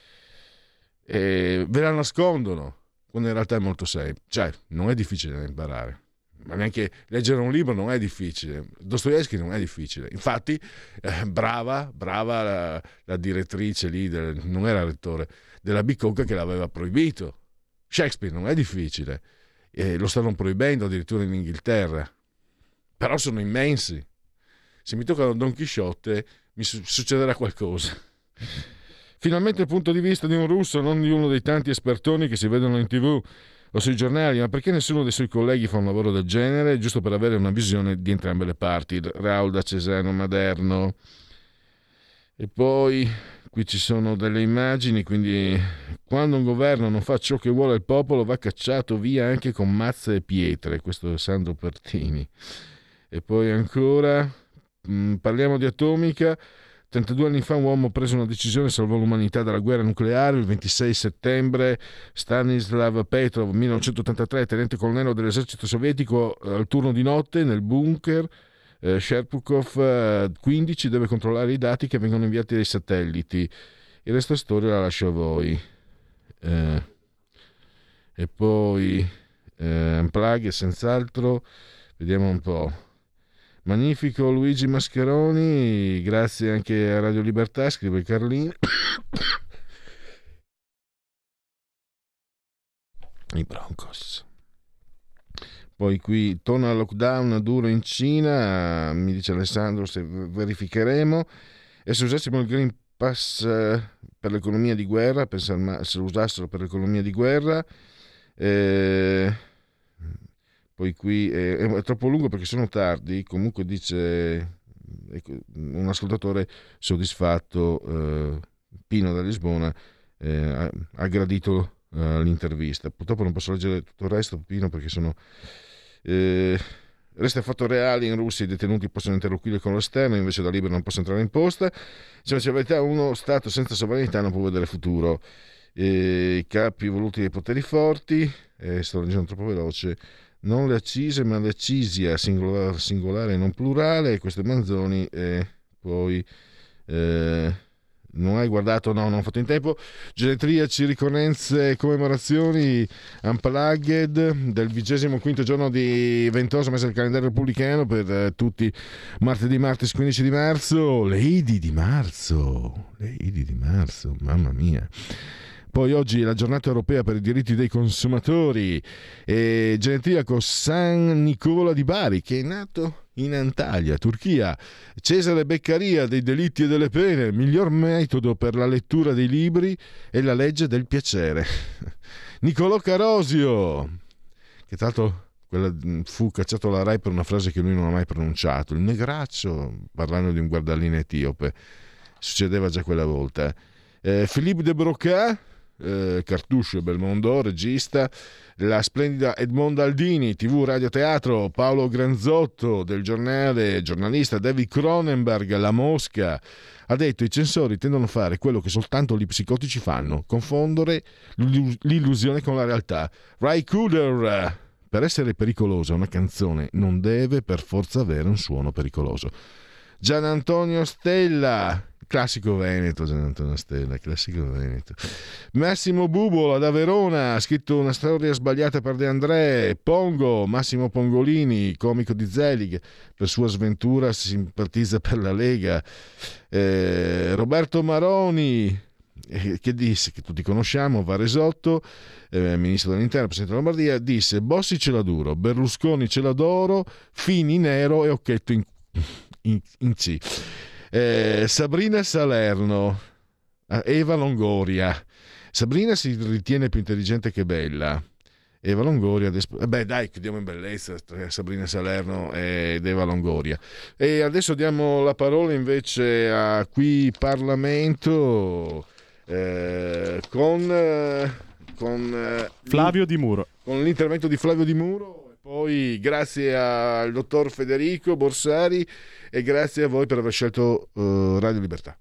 E ve la nascondono, quando in realtà è molto semplice. Cioè, non è difficile da imparare, ma neanche leggere un libro non è difficile. Dostoevskij non è difficile. Infatti, brava la direttrice lì, non era rettore, della Bicocca, che l'aveva proibito. Shakespeare non è difficile. Lo stanno proibendo addirittura in Inghilterra, però sono immensi. Se mi toccano Don Chisciotte mi succederà qualcosa. Finalmente il punto di vista di un russo, non di uno dei tanti espertoni che si vedono in TV o sui giornali. Ma perché nessuno dei suoi colleghi fa un lavoro del genere, giusto per avere una visione di entrambe le parti? Raul da Cesano Maderno. E poi Qui ci sono delle immagini, quindi quando un governo non fa ciò che vuole il popolo va cacciato via anche con mazze e pietre. Questo è Sandro Pertini. E poi ancora parliamo di atomica. 32 anni fa un uomo ha preso una decisione, salvò l'umanità dalla guerra nucleare. Il 26 settembre Stanislav Petrov, 1983, tenente colonnello dell'esercito sovietico, al turno di notte nel bunker Sherpukov 15 deve controllare i dati che vengono inviati dai satelliti. Il resto è storia, la lascio a voi. E poi Unplugged, senz'altro, vediamo un po'. Magnifico Luigi Mascheroni, grazie anche a Radio Libertà, scrive Carlino. I Broncos. Poi qui torna al lockdown duro in Cina, mi dice Alessandro, se verificheremo. E se usassimo il Green Pass per l'economia di guerra, se lo usassero per l'economia di guerra, poi qui è troppo lungo perché sono tardi. Comunque dice un ascoltatore soddisfatto, Pino da Lisbona, ha gradito l'intervista. Purtroppo non posso leggere tutto il resto, Pino, perché sono resta fatto reale: in Russia i detenuti possono interloquire con l'esterno, invece da libero non possono entrare in posta. Cioè, in verità uno Stato senza sovranità non può vedere futuro. I capi voluti dei poteri forti, sto leggendo troppo veloce, non le accise ma l'accisia singolare e non plurale. Questo è Manzoni. Poi non hai guardato? No, non ho fatto in tempo. Genetriaci, ricorrenze e commemorazioni Unplugged del 25° giorno di ventoso mese del calendario repubblicano per tutti. Martedì 15 di marzo, Lady di marzo, mamma mia. Poi oggi è la giornata europea per i diritti dei consumatori. E genetriaco San Nicola di Bari, che è nato in Antalya, Turchia. Cesare Beccaria, dei delitti e delle pene, miglior metodo per la lettura dei libri è la legge del piacere. Nicolò Carosio, che tra l'altro fu cacciato alla Rai per una frase che lui non ha mai pronunciato, il negraccio, parlando di un guardalino etiope. Succedeva già quella volta. Philippe de Broca, Cartouche Belmondo, regista. La splendida Edmonda Aldini, TV, radio, teatro. Paolo Granzotto, del giornale, giornalista. David Cronenberg, La Mosca, ha detto: i censori tendono a fare quello che soltanto gli psicotici fanno, confondere l'illusione con la realtà. Ray Cooder: per essere pericolosa una canzone non deve per forza avere un suono pericoloso. Gian Antonio Stella, classico veneto. Gian Antonio Stella, classico veneto. Massimo Bubola da Verona, ha scritto una storia sbagliata per De André. Pongo, Massimo Pongolini, comico di Zelig, per sua sventura si simpatizza per la Lega. Roberto Maroni, che disse, che tutti conosciamo, Varesotto, ministro dell'interno, presidente della Lombardia, disse: Bossi ce l'ha duro, Berlusconi ce l'ha d'oro, Fini nero e Occhetto in C. Sabrina Salerno, Eva Longoria. Sabrina si ritiene più intelligente che bella. Eva Longoria dai, chiudiamo in bellezza Sabrina Salerno ed Eva Longoria. E adesso diamo la parola invece a Qui Parlamento con Flavio Di Muro, con l'intervento di Flavio Di Muro. Poi grazie al dottor Federico Borsari e grazie a voi per aver scelto Radio Libertà.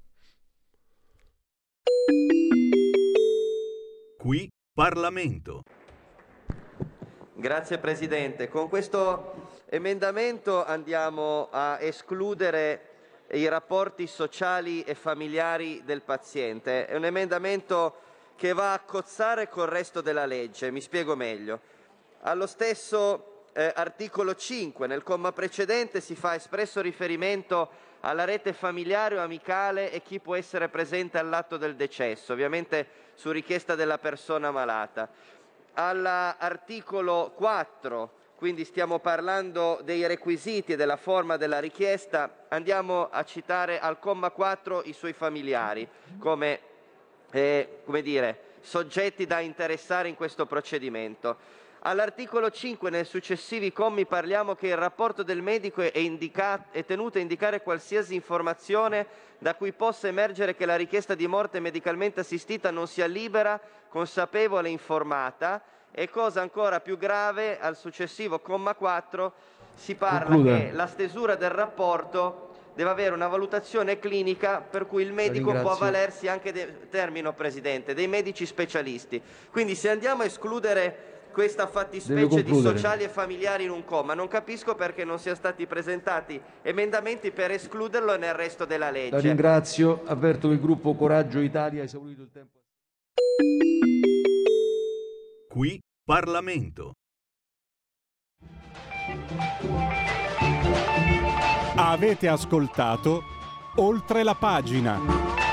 Qui Parlamento. Grazie Presidente. Con questo emendamento andiamo a escludere i rapporti sociali e familiari del paziente. È un emendamento che va a cozzare col resto della legge. Mi spiego meglio. Allo stesso articolo 5, nel comma precedente, si fa espresso riferimento alla rete familiare o amicale e chi può essere presente all'atto del decesso, ovviamente su richiesta della persona malata. All'articolo 4, quindi stiamo parlando dei requisiti e della forma della richiesta, andiamo a citare al comma 4 i suoi familiari come dire, soggetti da interessare in questo procedimento. All'articolo 5, nei successivi commi, parliamo che il rapporto del medico è tenuto a indicare qualsiasi informazione da cui possa emergere che la richiesta di morte medicalmente assistita non sia libera, consapevole e informata. E cosa ancora più grave, al successivo comma 4 si parla che la stesura del rapporto deve avere una valutazione clinica per cui il medico può avvalersi anche, termino Presidente, dei medici specialisti. Quindi se andiamo a escludere questa fattispecie di sociali e familiari in un comma, non capisco perché non siano stati presentati emendamenti per escluderlo nel resto della legge. La ringrazio, avverto che il gruppo Coraggio Italia ha esaurito il tempo. Qui Parlamento. Avete ascoltato Oltre la pagina.